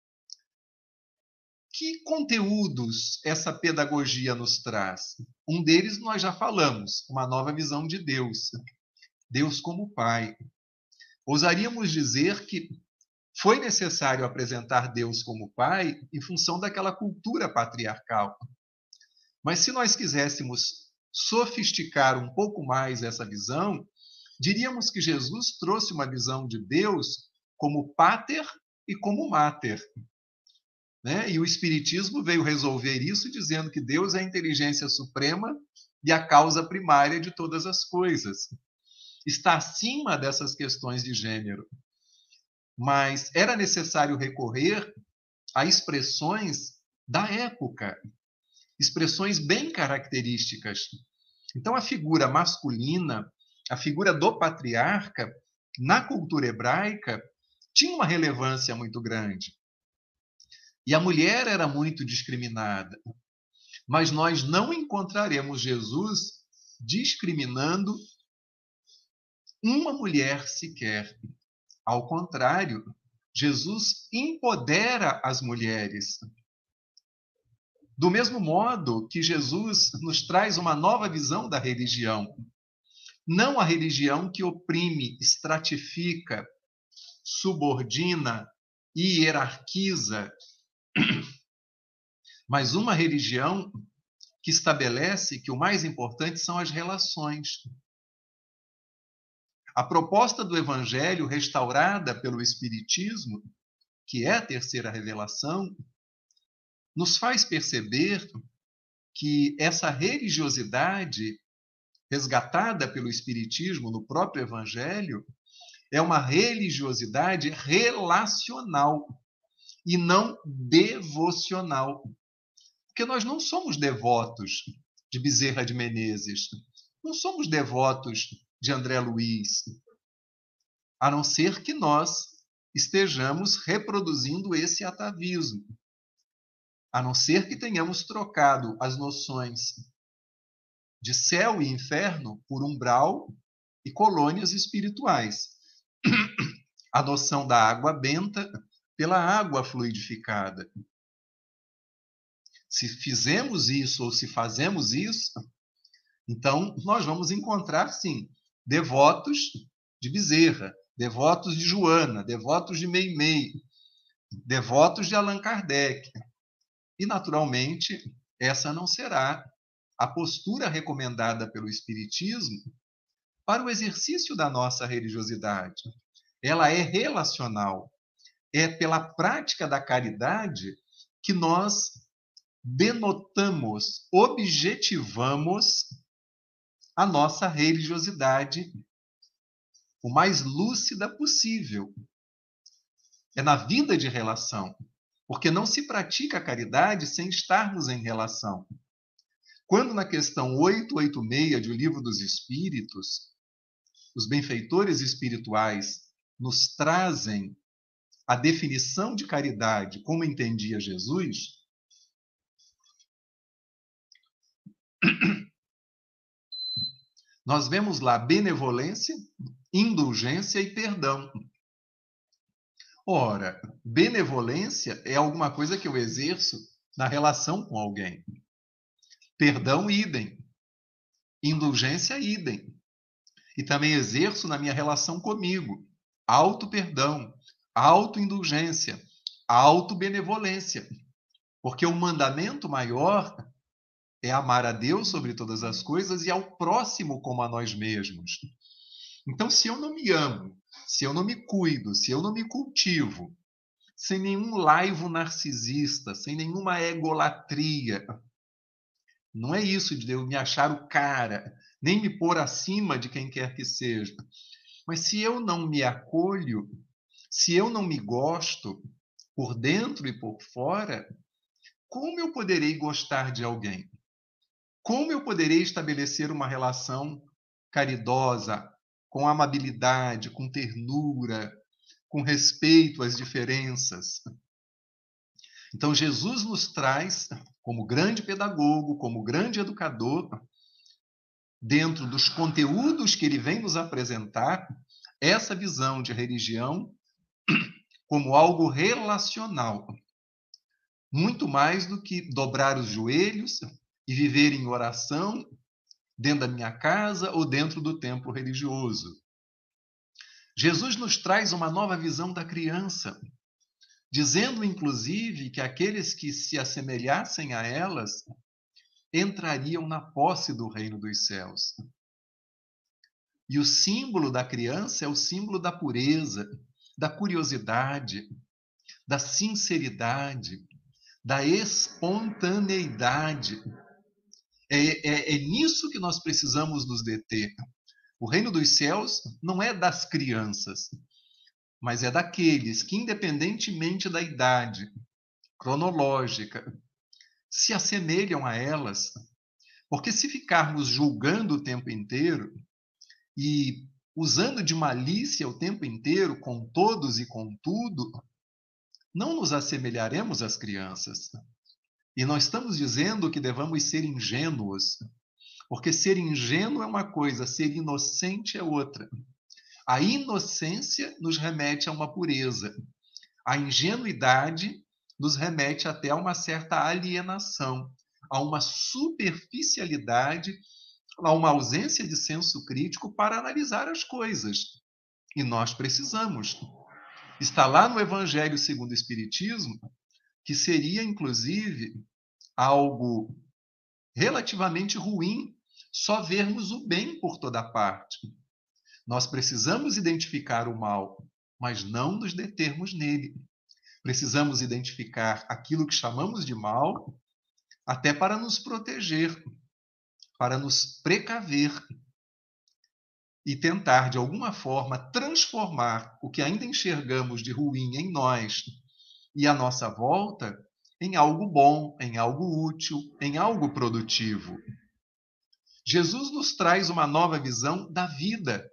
Que conteúdos essa pedagogia nos traz? Um deles nós já falamos, uma nova visão de Deus. Deus como Pai. Ousaríamos dizer que foi necessário apresentar Deus como Pai em função daquela cultura patriarcal. Mas se nós quiséssemos sofisticar um pouco mais essa visão, diríamos que Jesus trouxe uma visão de Deus como Pater e como Mater. Né? E o Espiritismo veio resolver isso dizendo que Deus é a inteligência suprema e a causa primária de todas as coisas. Está acima dessas questões de gênero. Mas era necessário recorrer a expressões da época, expressões bem características. Então, a figura masculina, a figura do patriarca, na cultura hebraica, tinha uma relevância muito grande. E a mulher era muito discriminada. Mas nós não encontraremos Jesus discriminando uma mulher sequer. Ao contrário, Jesus empodera as mulheres. Do mesmo modo que Jesus nos traz uma nova visão da religião. Não a religião que oprime, estratifica, subordina e hierarquiza, mas uma religião que estabelece que o mais importante são as relações. A proposta do Evangelho, restaurada pelo Espiritismo, que é a terceira revelação, nos faz perceber que essa religiosidade resgatada pelo Espiritismo no próprio Evangelho é uma religiosidade relacional e não devocional. Porque nós não somos devotos de Bezerra de Menezes, não somos devotos de André Luiz, a não ser que nós estejamos reproduzindo esse atavismo, a não ser que tenhamos trocado as noções de céu e inferno por umbral e colônias espirituais. A noção da água benta pela água fluidificada. Se fizemos isso ou se fazemos isso, então nós vamos encontrar, sim, devotos de Bezerra, devotos de Joana, devotos de Meimei, devotos de Allan Kardec. E, naturalmente, essa não será a postura recomendada pelo Espiritismo para o exercício da nossa religiosidade. Ela é relacional. É pela prática da caridade que nós denotamos, objetivamos a nossa religiosidade o mais lúcida possível. É na vida de relação, porque não se pratica a caridade sem estarmos em relação. Quando na questão oitocentos e oitenta e seis do Livro dos Espíritos, os benfeitores espirituais nos trazem a definição de caridade como entendia Jesus, Nós vemos lá benevolência, indulgência e perdão. Ora, benevolência é alguma coisa que eu exerço na relação com alguém. Perdão, idem. Indulgência, idem. E também exerço na minha relação comigo. Auto-perdão, auto-indulgência, auto-benevolência. Porque o mandamento maior é amar a Deus sobre todas as coisas e ao próximo como a nós mesmos. Então, se eu não me amo, se eu não me cuido, se eu não me cultivo, sem nenhum laivo narcisista, sem nenhuma egolatria, não é isso de eu me achar o cara, nem me pôr acima de quem quer que seja. Mas se eu não me acolho, se eu não me gosto, por dentro e por fora, como eu poderei gostar de alguém? Como eu poderei estabelecer uma relação caridosa, com amabilidade, com ternura, com respeito às diferenças? Então, Jesus nos traz, como grande pedagogo, como grande educador, dentro dos conteúdos que ele vem nos apresentar, essa visão de religião como algo relacional. Muito mais do que dobrar os joelhos e viver em oração dentro da minha casa ou dentro do templo religioso. Jesus nos traz uma nova visão da criança, dizendo, inclusive, que aqueles que se assemelhassem a elas entrariam na posse do reino dos céus. E o símbolo da criança é o símbolo da pureza, da curiosidade, da sinceridade, da espontaneidade. É, é, é nisso que nós precisamos nos deter. O reino dos céus não é das crianças, mas é daqueles que, independentemente da idade cronológica, se assemelham a elas. Porque se ficarmos julgando o tempo inteiro e usando de malícia o tempo inteiro com todos e com tudo, não nos assemelharemos às crianças. E nós estamos dizendo que devamos ser ingênuos, porque ser ingênuo é uma coisa, ser inocente é outra. A inocência nos remete a uma pureza. A ingenuidade nos remete até a uma certa alienação, a uma superficialidade, a uma ausência de senso crítico para analisar as coisas. E nós precisamos. Está lá no Evangelho segundo o Espiritismo, que seria, inclusive, algo relativamente ruim só vermos o bem por toda parte. Nós precisamos identificar o mal, mas não nos determos nele. Precisamos identificar aquilo que chamamos de mal, até para nos proteger, para nos precaver e tentar, de alguma forma, transformar o que ainda enxergamos de ruim em nós e à nossa volta em algo bom, em algo útil, em algo produtivo. Jesus nos traz uma nova visão da vida,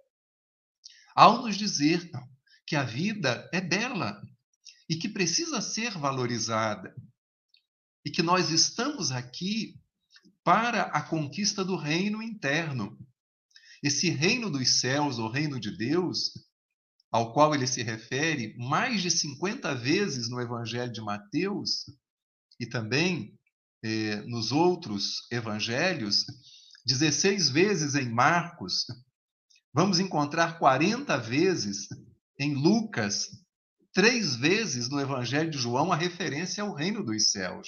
ao nos dizer que a vida é bela e que precisa ser valorizada, e que nós estamos aqui para a conquista do reino interno. Esse reino dos céus, o reino de Deus, ao qual ele se refere mais de cinquenta vezes no Evangelho de Mateus e também eh, nos outros evangelhos, dezesseis vezes em Marcos, vamos encontrar quarenta vezes em Lucas, três vezes no Evangelho de João a referência ao reino dos céus.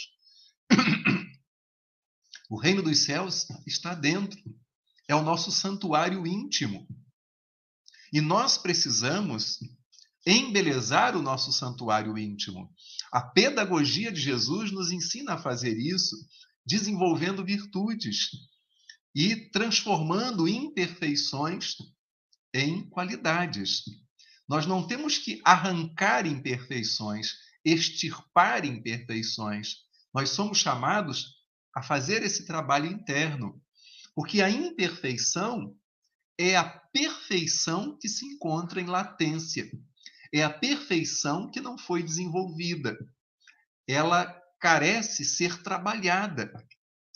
O reino dos céus está dentro, é o nosso santuário íntimo. E nós precisamos embelezar o nosso santuário íntimo. A pedagogia de Jesus nos ensina a fazer isso, desenvolvendo virtudes e transformando imperfeições em qualidades. Nós não temos que arrancar imperfeições, extirpar imperfeições. Nós somos chamados a fazer esse trabalho interno, porque a imperfeição é a perfeição que se encontra em latência. É a perfeição que não foi desenvolvida. Ela carece ser trabalhada.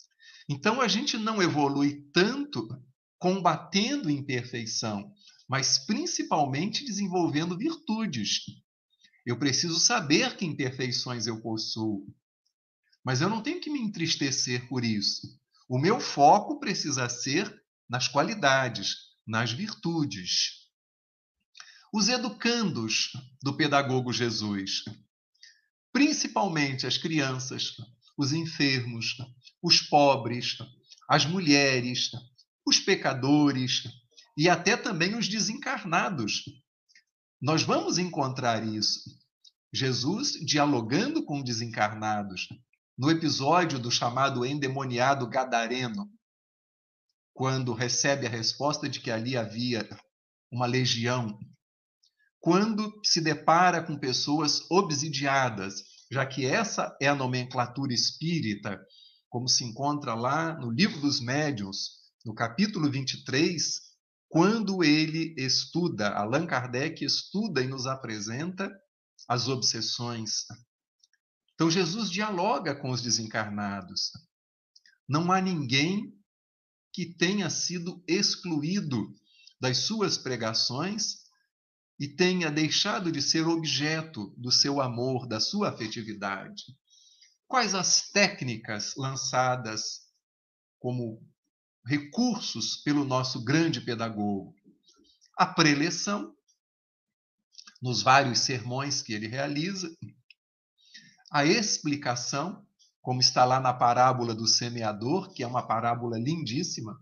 Então, a gente não evolui tanto combatendo imperfeição, mas principalmente desenvolvendo virtudes. Eu preciso saber que imperfeições eu possuo, mas eu não tenho que me entristecer por isso. O meu foco precisa ser nas qualidades, nas virtudes. Os educandos do pedagogo Jesus, principalmente as crianças, os enfermos, os pobres, as mulheres, os pecadores e até também os desencarnados. Nós vamos encontrar isso. Jesus dialogando com desencarnados, no episódio do chamado endemoniado gadareno, quando recebe a resposta de que ali havia uma legião, quando se depara com pessoas obsidiadas, já que essa é a nomenclatura espírita, como se encontra lá no Livro dos Médiuns, no capítulo vinte e três, quando ele estuda, Allan Kardec estuda e nos apresenta as obsessões. Então, Jesus dialoga com os desencarnados. Não há ninguém que tenha sido excluído das suas pregações e tenha deixado de ser objeto do seu amor, da sua afetividade. Quais as técnicas lançadas como recursos pelo nosso grande pedagogo? A preleção, nos vários sermões que ele realiza, a explicação, como está lá na parábola do semeador, que é uma parábola lindíssima.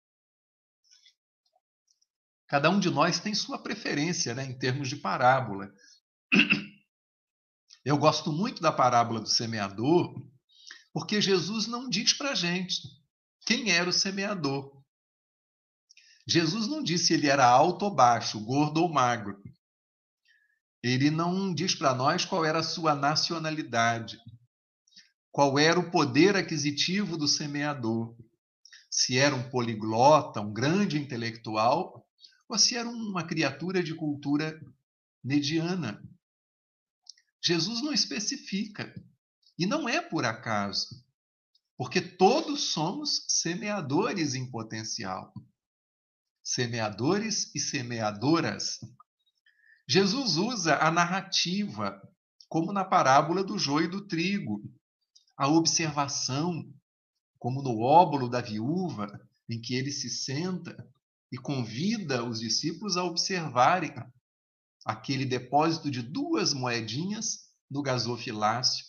Cada um de nós tem sua preferência, né, em termos de parábola. Eu gosto muito da parábola do semeador, porque Jesus não diz para a gente quem era o semeador. Jesus não disse se ele era alto ou baixo, gordo ou magro. Ele não diz para nós qual era a sua nacionalidade, qual era o poder aquisitivo do semeador, se era um poliglota, um grande intelectual, ou se era uma criatura de cultura mediana. Jesus não especifica, e não é por acaso, porque todos somos semeadores em potencial, semeadores e semeadoras. Jesus usa a narrativa, como na parábola do joio e do trigo, a observação, como no óbolo da viúva, em que ele se senta e convida os discípulos a observarem aquele depósito de duas moedinhas no gasofilácio.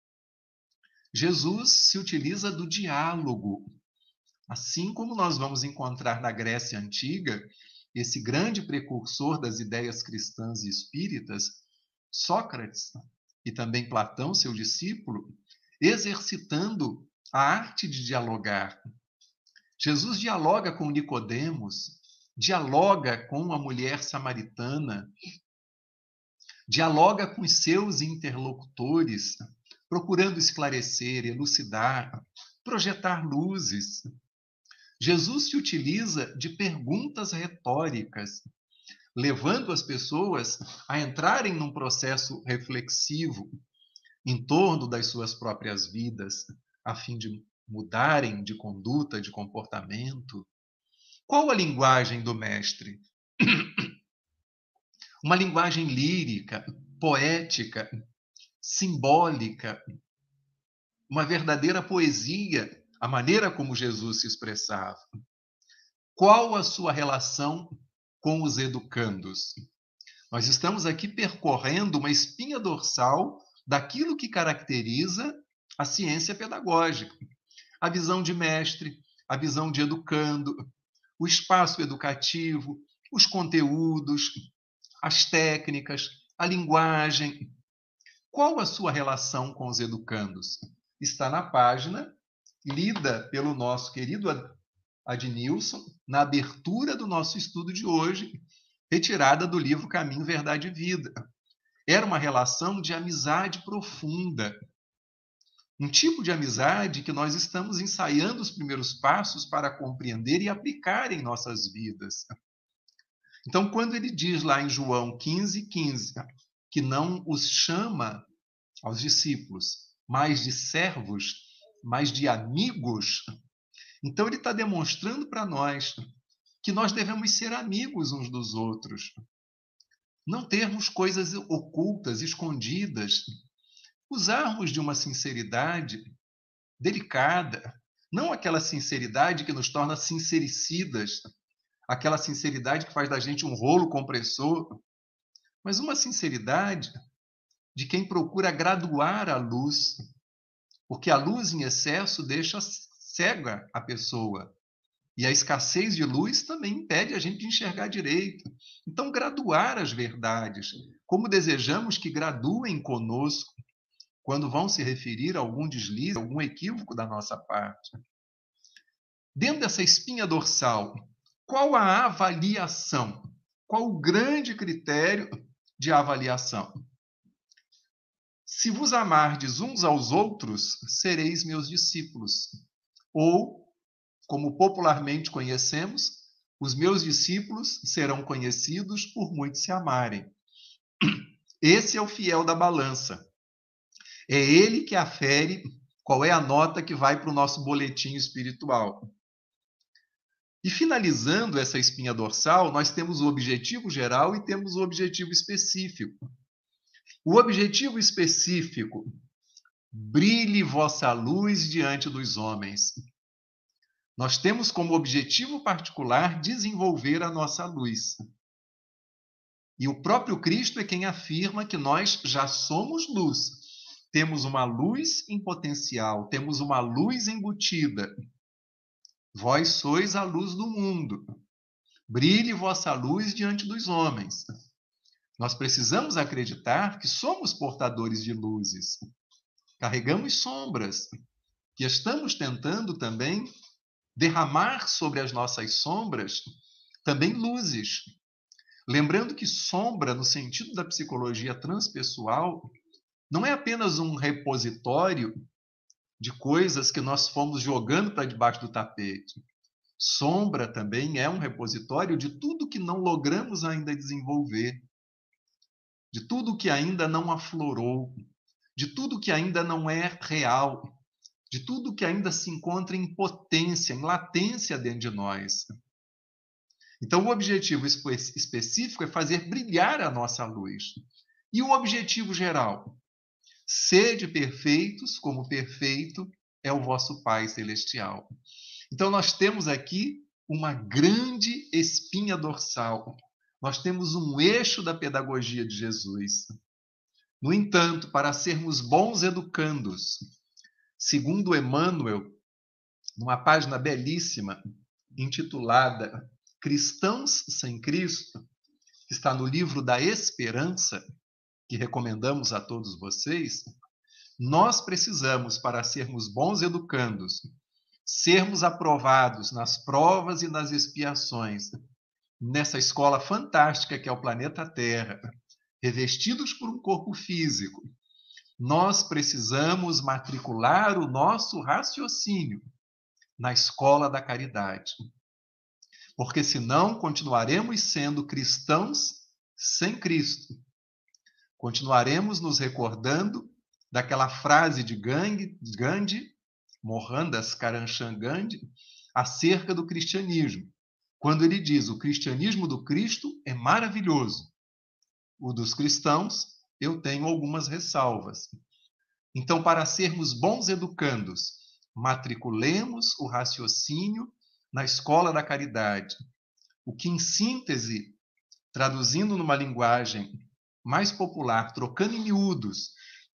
Jesus se utiliza do diálogo, assim como nós vamos encontrar na Grécia Antiga esse grande precursor das ideias cristãs e espíritas, Sócrates, e também Platão, seu discípulo, exercitando a arte de dialogar. Jesus dialoga com Nicodemos, dialoga com a mulher samaritana, dialoga com os seus interlocutores, procurando esclarecer, elucidar, projetar luzes. Jesus se utiliza de perguntas retóricas, levando as pessoas a entrarem num processo reflexivo em torno das suas próprias vidas, a fim de mudarem de conduta, de comportamento. Qual a linguagem do mestre? Uma linguagem lírica, poética, simbólica, uma verdadeira poesia, a maneira como Jesus se expressava. Qual a sua relação com os educandos? Nós estamos aqui percorrendo uma espinha dorsal daquilo que caracteriza a ciência pedagógica. A visão de mestre, a visão de educando, o espaço educativo, os conteúdos, as técnicas, a linguagem. Qual a sua relação com os educandos? Está na página lida pelo nosso querido Adnilson, na abertura do nosso estudo de hoje, retirada do livro Caminho, Verdade e Vida. Era uma relação de amizade profunda. Um tipo de amizade que nós estamos ensaiando os primeiros passos para compreender e aplicar em nossas vidas. Então, quando ele diz lá em João quinze, quinze, que não os chama aos discípulos, mais de servos, mais de amigos, Então, ele está demonstrando para nós que nós devemos ser amigos uns dos outros, não termos coisas ocultas, escondidas, usarmos de uma sinceridade delicada, não aquela sinceridade que nos torna sincericidas, aquela sinceridade que faz da gente um rolo compressor, mas uma sinceridade de quem procura graduar a luz, porque a luz em excesso deixa cega a pessoa. E a escassez de luz também impede a gente de enxergar direito. Então, graduar as verdades, como desejamos que graduem conosco, quando vão se referir a algum deslize, algum equívoco da nossa parte. Dentro dessa espinha dorsal, qual a avaliação? Qual o grande critério de avaliação? Se vos amardes uns aos outros, sereis meus discípulos. Ou, como popularmente conhecemos, os meus discípulos serão conhecidos por muitos se amarem. Esse é o fiel da balança. É ele que afere qual é a nota que vai para o nosso boletim espiritual. E finalizando essa espinha dorsal, nós temos o objetivo geral e temos o objetivo específico. O objetivo específico: brilhe vossa luz diante dos homens. Nós temos como objetivo particular desenvolver a nossa luz. E o próprio Cristo é quem afirma que nós já somos luz. Temos uma luz em potencial, temos uma luz embutida. Vós sois a luz do mundo. Brilhe vossa luz diante dos homens. Nós precisamos acreditar que somos portadores de luzes. Carregamos sombras, que estamos tentando também derramar sobre as nossas sombras também luzes. Lembrando que sombra, no sentido da psicologia transpessoal, não é apenas um repositório de coisas que nós fomos jogando para debaixo do tapete. Sombra também é um repositório de tudo que não logramos ainda desenvolver, de tudo que ainda não aflorou, de tudo que ainda não é real, de tudo que ainda se encontra em potência, em latência dentro de nós. Então, o objetivo espe- específico é fazer brilhar a nossa luz. E o objetivo geral? Sede perfeitos, como perfeito é o vosso Pai Celestial. Então, nós temos aqui uma grande espinha dorsal. Nós temos um eixo da pedagogia de Jesus. No entanto, para sermos bons educandos, segundo Emmanuel, numa página belíssima, intitulada Cristãos sem Cristo, que está no livro da Esperança, que recomendamos a todos vocês, nós precisamos, para sermos bons educandos, sermos aprovados nas provas e nas expiações, nessa escola fantástica que é o planeta Terra, revestidos por um corpo físico, nós precisamos matricular o nosso raciocínio na escola da caridade. Porque senão continuaremos sendo cristãos sem Cristo. Continuaremos nos recordando daquela frase de Gandhi, Mohandas Karamchand Gandhi, acerca do cristianismo, quando ele diz: o cristianismo do Cristo é maravilhoso, o dos cristãos eu tenho algumas ressalvas. Então, para sermos bons educandos, matriculemos o raciocínio na escola da caridade, o que, em síntese, traduzindo numa linguagem mais popular, trocando em miúdos,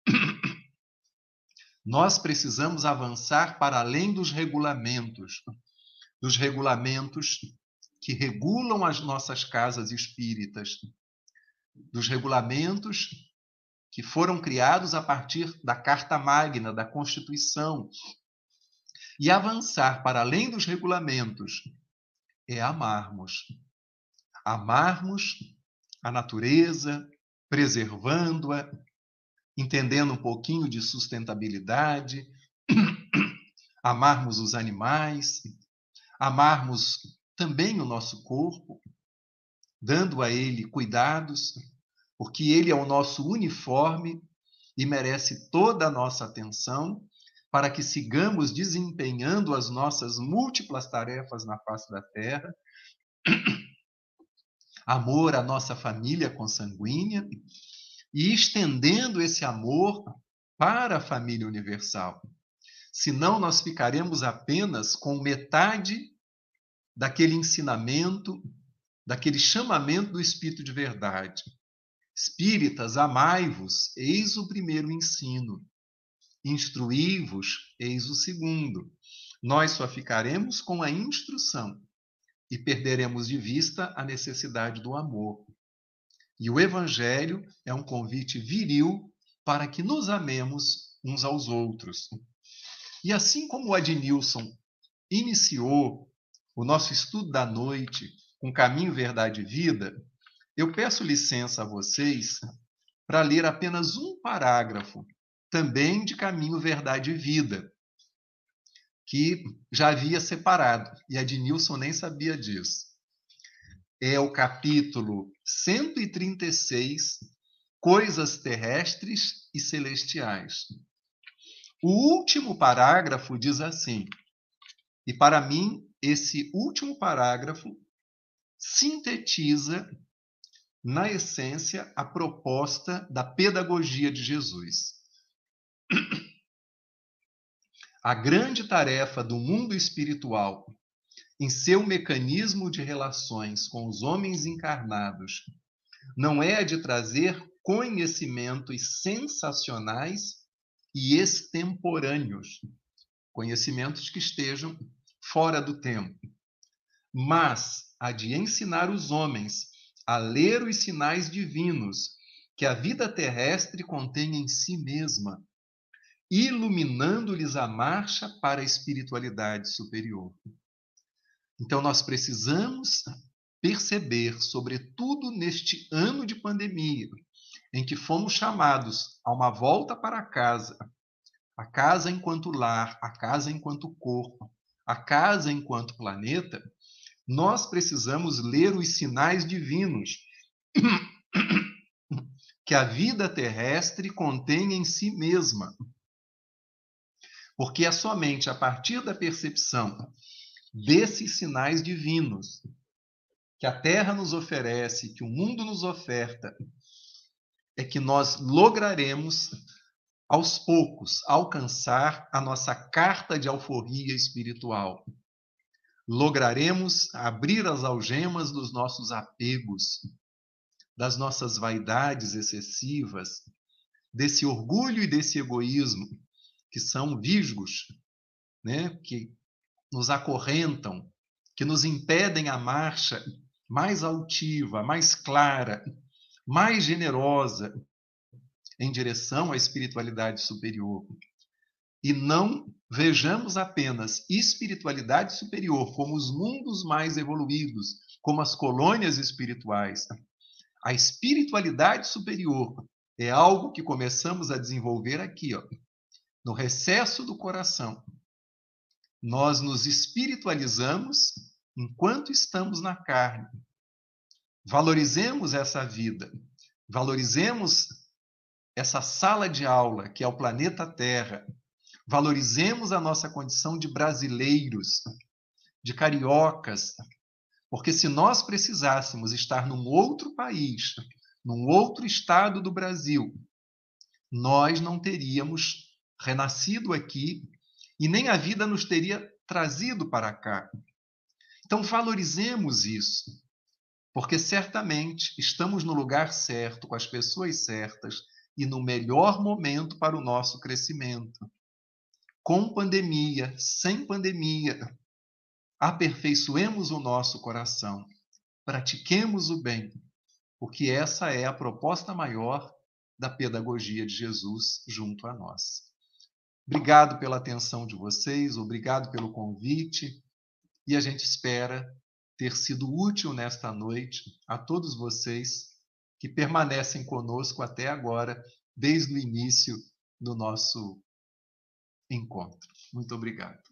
nós precisamos avançar para além dos regulamentos, dos regulamentos que regulam as nossas casas espíritas, dos regulamentos que foram criados a partir da Carta Magna, da Constituição. E avançar para além dos regulamentos é amarmos. Amarmos a natureza, preservando-a, entendendo um pouquinho de sustentabilidade, amarmos os animais, amarmos também o nosso corpo, dando a ele cuidados, porque ele é o nosso uniforme e merece toda a nossa atenção, para que sigamos desempenhando as nossas múltiplas tarefas na face da terra, amor à nossa família consanguínea e estendendo esse amor para a família universal. Senão, nós ficaremos apenas com metade daquele ensinamento, daquele chamamento do Espírito de verdade. Espíritas, amai-vos, eis o primeiro ensino. Instruí-vos, eis o segundo. Nós só ficaremos com a instrução e perderemos de vista a necessidade do amor. E o Evangelho é um convite viril para que nos amemos uns aos outros. E assim como o Adnilson iniciou o nosso estudo da noite com Caminho, Verdade e Vida, eu peço licença a vocês para ler apenas um parágrafo, também de Caminho, Verdade e Vida, que já havia separado, e Adnilson nem sabia disso. É o capítulo cento e trinta e seis, Coisas Terrestres e Celestiais. O último parágrafo diz assim, e para mim, esse último parágrafo sintetiza, na essência, a proposta da pedagogia de Jesus. A grande tarefa do mundo espiritual, em seu mecanismo de relações com os homens encarnados, não é a de trazer conhecimentos sensacionais e extemporâneos, conhecimentos que estejam fora do tempo, mas a de ensinar os homens a ler os sinais divinos que a vida terrestre contém em si mesma, iluminando-lhes a marcha para a espiritualidade superior. Então, nós precisamos perceber, sobretudo neste ano de pandemia, em que fomos chamados a uma volta para casa, a casa enquanto lar, a casa enquanto corpo, a casa enquanto planeta, nós precisamos ler os sinais divinos que a vida terrestre contém em si mesma. Porque é somente a partir da percepção desses sinais divinos que a Terra nos oferece, que o mundo nos oferta, é que nós lograremos, aos poucos, alcançar a nossa carta de alforria espiritual. Lograremos abrir as algemas dos nossos apegos, das nossas vaidades excessivas, desse orgulho e desse egoísmo, que são visgos, né? Que nos acorrentam, que nos impedem a marcha mais altiva, mais clara, mais generosa em direção à espiritualidade superior. E não vejamos apenas espiritualidade superior como os mundos mais evoluídos, como as colônias espirituais. A espiritualidade superior é algo que começamos a desenvolver aqui, ó, no recesso do coração. Nós nos espiritualizamos enquanto estamos na carne. Valorizemos essa vida, valorizemos essa sala de aula que é o planeta Terra, valorizemos a nossa condição de brasileiros, de cariocas, porque se nós precisássemos estar num outro país, num outro estado do Brasil, nós não teríamos renascido aqui e nem a vida nos teria trazido para cá. Então valorizemos isso, porque certamente estamos no lugar certo, com as pessoas certas e no melhor momento para o nosso crescimento. Com pandemia, sem pandemia, aperfeiçoemos o nosso coração, pratiquemos o bem, porque essa é a proposta maior da pedagogia de Jesus junto a nós. Obrigado pela atenção de vocês, obrigado pelo convite, e a gente espera ter sido útil nesta noite a todos vocês que permanecem conosco até agora, desde o início do nosso encontro. Muito obrigado.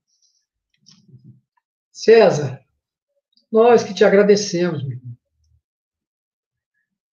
César, nós que te agradecemos, meu irmão.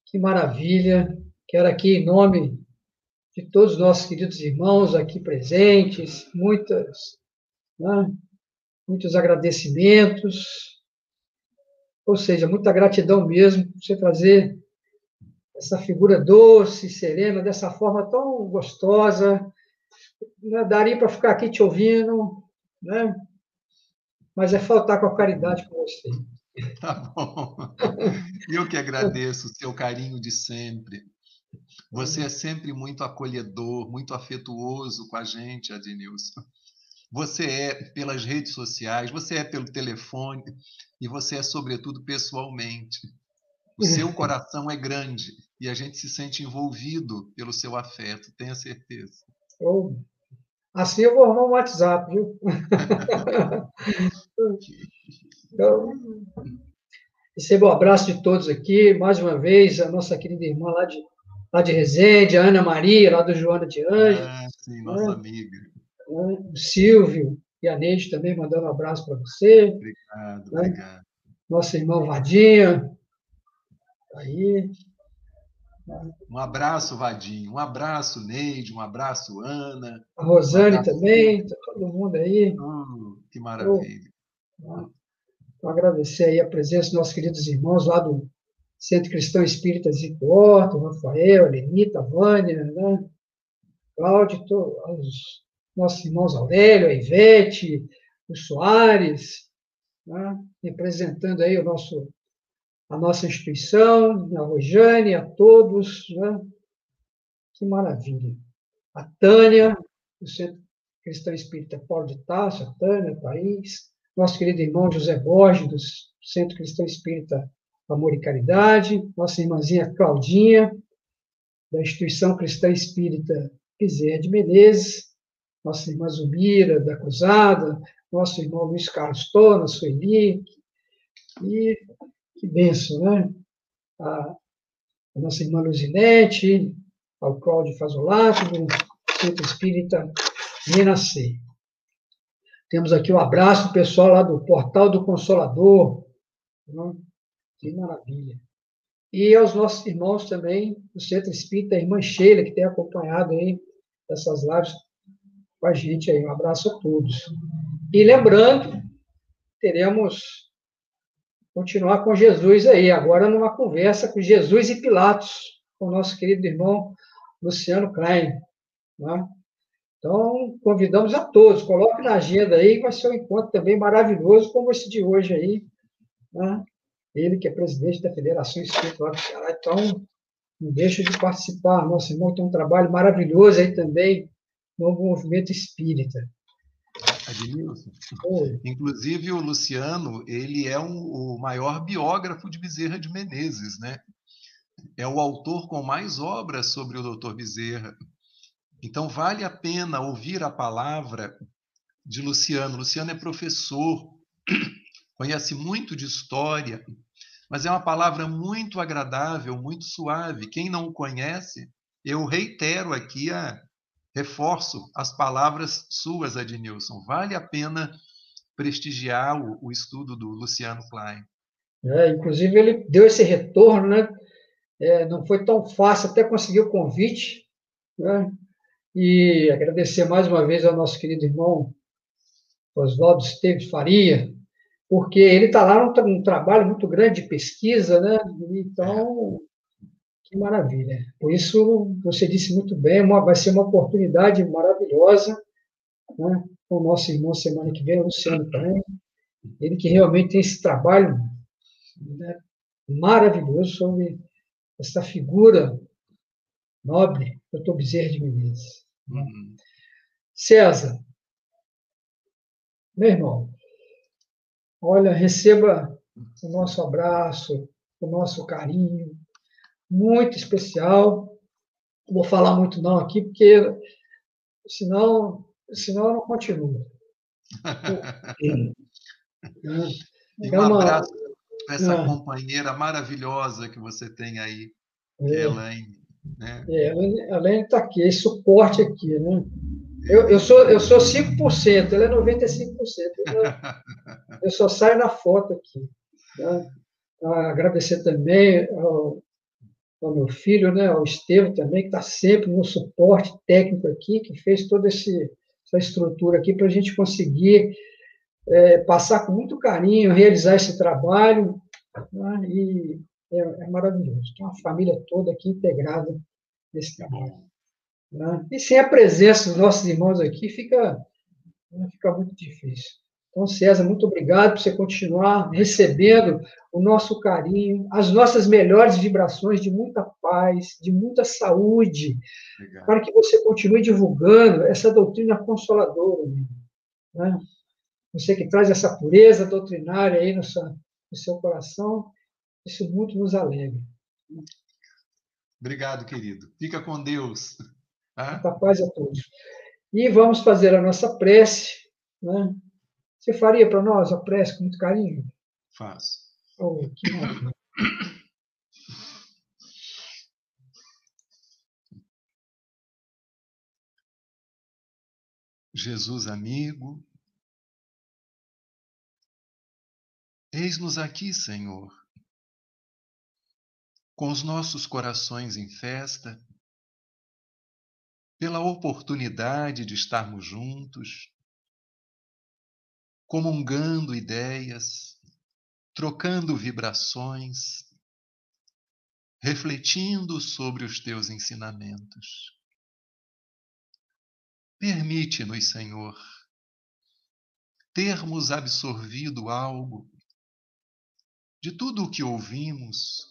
Que maravilha. Quero aqui, em nome de todos os nossos queridos irmãos aqui presentes, muitas, né, muitos agradecimentos, ou seja, muita gratidão mesmo por você trazer essa figura doce, serena, dessa forma tão gostosa. Né, daria para ficar aqui te ouvindo, né? Mas é faltar com a caridade com você. Tá bom. Eu que agradeço o seu carinho de sempre. Você é sempre muito acolhedor, muito afetuoso com a gente, Adnilson. Você é pelas redes sociais, você é pelo telefone e você é, sobretudo, pessoalmente. O seu coração é grande e a gente se sente envolvido pelo seu afeto, tenha certeza. Eu, assim eu vou arrumar um WhatsApp, viu? Eu recebo o abraço de todos aqui, mais uma vez, a nossa querida irmã lá de, lá de Resende, a Ana Maria, lá do Joana de Anjos, Ah, sim, nossa né? amiga. O Silvio e a Neide também mandando um abraço para você. Obrigado, Né? obrigado. Nosso irmão Vadinha, aí. Um abraço, Vadinho. Um abraço, Neide. Um abraço, Ana. A Um Rosane abraço, também, tá todo mundo aí. oh, que Eu, maravilha. eu agradecer aí a presença dos nossos queridos irmãos lá do Centro Cristão Espírita Zico Horta, o Rafael, a Lenita, a Vânia, né? Cláudio, to- os nossos irmãos Aurélio, a Ivete, o Soares, né? Representando aí o nosso, a nossa instituição, a Rojane, a todos, né? Que maravilha. A Tânia, do Centro Cristão Espírita Paulo de Tarso, a Tânia, a Thaís, nosso querido irmão José Borges, do Centro Cristão Espírita Amor e Caridade, nossa irmãzinha Claudinha, da Instituição Cristã Espírita Bezerra de Menezes, nossa irmã Zumira, da Cruzada, nosso irmão Luiz Carlos Tona, Sueli, e que benção, né? A, a nossa irmã Luzinete, ao Cláudio Fazolato, do Centro Espírita Renascer. Temos aqui um abraço do pessoal lá do Portal do Consolador. Né? Que maravilha. E aos nossos irmãos também do Centro Espírita, a irmã Sheila, que tem acompanhado aí essas lives com a gente aí. Um abraço a todos. E lembrando, teremos continuar com Jesus aí, agora numa conversa com Jesus e Pilatos, com o nosso querido irmão Luciano Klein. Né? Então, convidamos a todos, coloque na agenda aí, vai ser um encontro também maravilhoso, como esse de hoje aí, né? Ele que é presidente da Federação Espírita lá do Ceará, então, não deixa de participar, nosso irmão tem um trabalho maravilhoso aí também, no movimento espírita. Adnilson. Inclusive, o Luciano, ele é um, o maior biógrafo de Bezerra de Menezes, né? É o autor com mais obras sobre o doutor Bezerra. Então, vale a pena ouvir a palavra de Luciano. Luciano é professor, conhece muito de história, mas é uma palavra muito agradável, muito suave. Quem não o conhece, eu reitero aqui, a, reforço as palavras suas, Adnilson. Vale a pena prestigiar o, o estudo do Luciano Klein. É, inclusive, ele deu esse retorno, né? É, não foi tão fácil até conseguir o convite, né? E agradecer mais uma vez ao nosso querido irmão Oswaldo Esteves Faria, porque ele está lá num, num trabalho muito grande de pesquisa, né? Então, é. Que maravilha. Por isso, você disse muito bem, uma, vai ser uma oportunidade maravilhosa, né? Com o nosso irmão semana que vem, o Luciano também, ele que realmente tem esse trabalho, né, maravilhoso sobre essa figura nobre, doutor Bezerra de Menezes. Uhum. César, meu irmão, olha, receba o nosso abraço, o nosso carinho, muito especial. Não vou falar muito não aqui, porque senão, senão eu não continuo. E um abraço para essa companheira maravilhosa que você tem aí, que é a Elaine. Né? É, a Elaine está aqui, esse suporte aqui, né? Eu, eu, sou, eu sou cinco por cento, ela é noventa e cinco por cento. Eu, eu só saio na foto aqui. Né? Agradecer também ao ao meu filho, né, ao Estevam também, que está sempre no suporte técnico aqui, que fez toda esse, essa estrutura aqui para a gente conseguir é, passar com muito carinho, realizar esse trabalho, né, e é, é maravilhoso. Tem uma família toda aqui integrada nesse trabalho. Né? E sem a presença dos nossos irmãos aqui, fica, fica muito difícil. Então, César, muito obrigado por você continuar recebendo o nosso carinho, as nossas melhores vibrações de muita paz, de muita saúde, obrigado. Para que você continue divulgando essa doutrina consoladora, né? Você que traz essa pureza doutrinária aí no seu, no seu coração, isso muito nos alegra. Obrigado, querido. Fica com Deus. Ah? Muita paz a todos. E vamos fazer a nossa prece, né? Você faria para nós a prece com muito carinho? Faço. Oh, que maravilha. Jesus amigo, eis-nos aqui, Senhor, com os nossos corações em festa, pela oportunidade de estarmos juntos, comungando ideias, trocando vibrações, refletindo sobre os teus ensinamentos. Permite-nos, Senhor, termos absorvido algo de tudo o que ouvimos,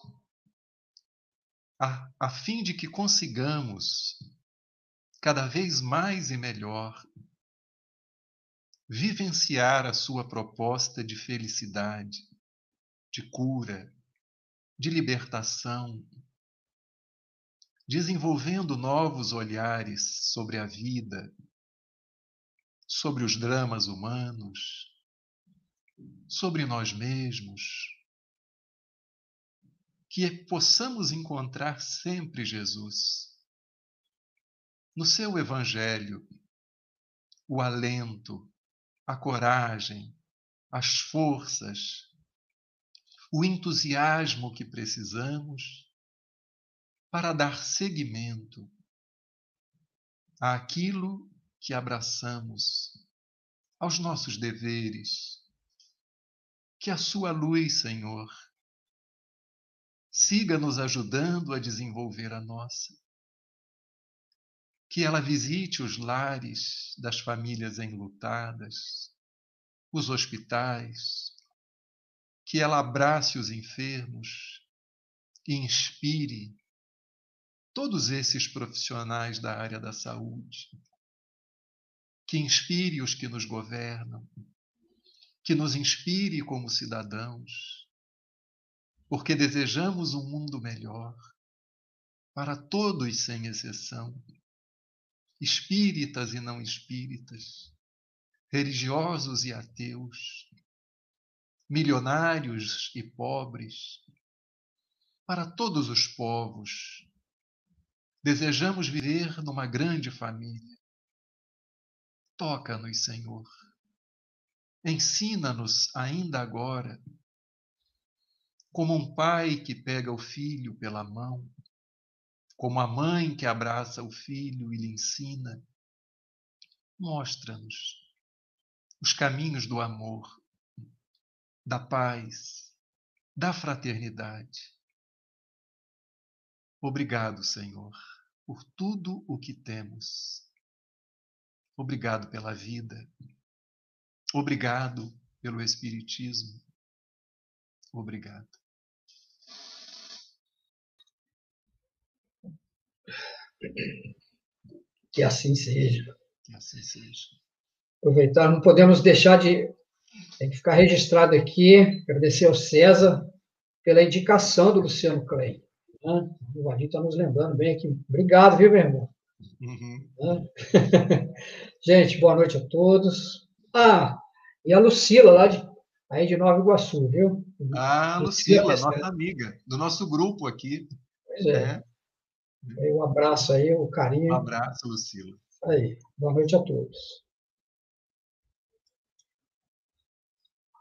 a, a fim de que consigamos, cada vez mais e melhor, vivenciar a sua proposta de felicidade, de cura, de libertação, desenvolvendo novos olhares sobre a vida, sobre os dramas humanos, sobre nós mesmos, que possamos encontrar sempre Jesus, no seu Evangelho, o alento, a coragem, as forças, o entusiasmo que precisamos para dar seguimento àquilo que abraçamos, aos nossos deveres. Que a sua luz, Senhor, siga nos ajudando a desenvolver a nossa. Que ela visite os lares das famílias enlutadas, os hospitais, que ela abrace os enfermos e inspire todos esses profissionais da área da saúde, que inspire os que nos governam, que nos inspire como cidadãos, porque desejamos um mundo melhor para todos sem exceção, espíritas e não espíritas, religiosos e ateus, milionários e pobres, para todos os povos. Desejamos viver numa grande família. Toca-nos, Senhor. Ensina-nos ainda agora, como um pai que pega o filho pela mão, como a mãe que abraça o filho e lhe ensina. Mostra-nos os caminhos do amor, da paz, da fraternidade. Obrigado, Senhor, por tudo o que temos. Obrigado pela vida. Obrigado pelo Espiritismo. Obrigado. Que assim seja. Que assim seja. Aproveitar, não podemos deixar de... Tem que ficar registrado aqui, agradecer ao César pela indicação do Luciano Klein. Né? O Vadir está nos lembrando bem aqui. Obrigado, viu, meu irmão? Uhum. Né? Gente, boa noite a todos. Ah, e a Lucila, lá de, aí de Nova Iguaçu, viu? Ah, Lucila, Lucila nossa amiga, do nosso grupo aqui. Pois é. é. Um abraço aí, o um carinho. Um abraço, Lucila. Aí, boa noite a todos.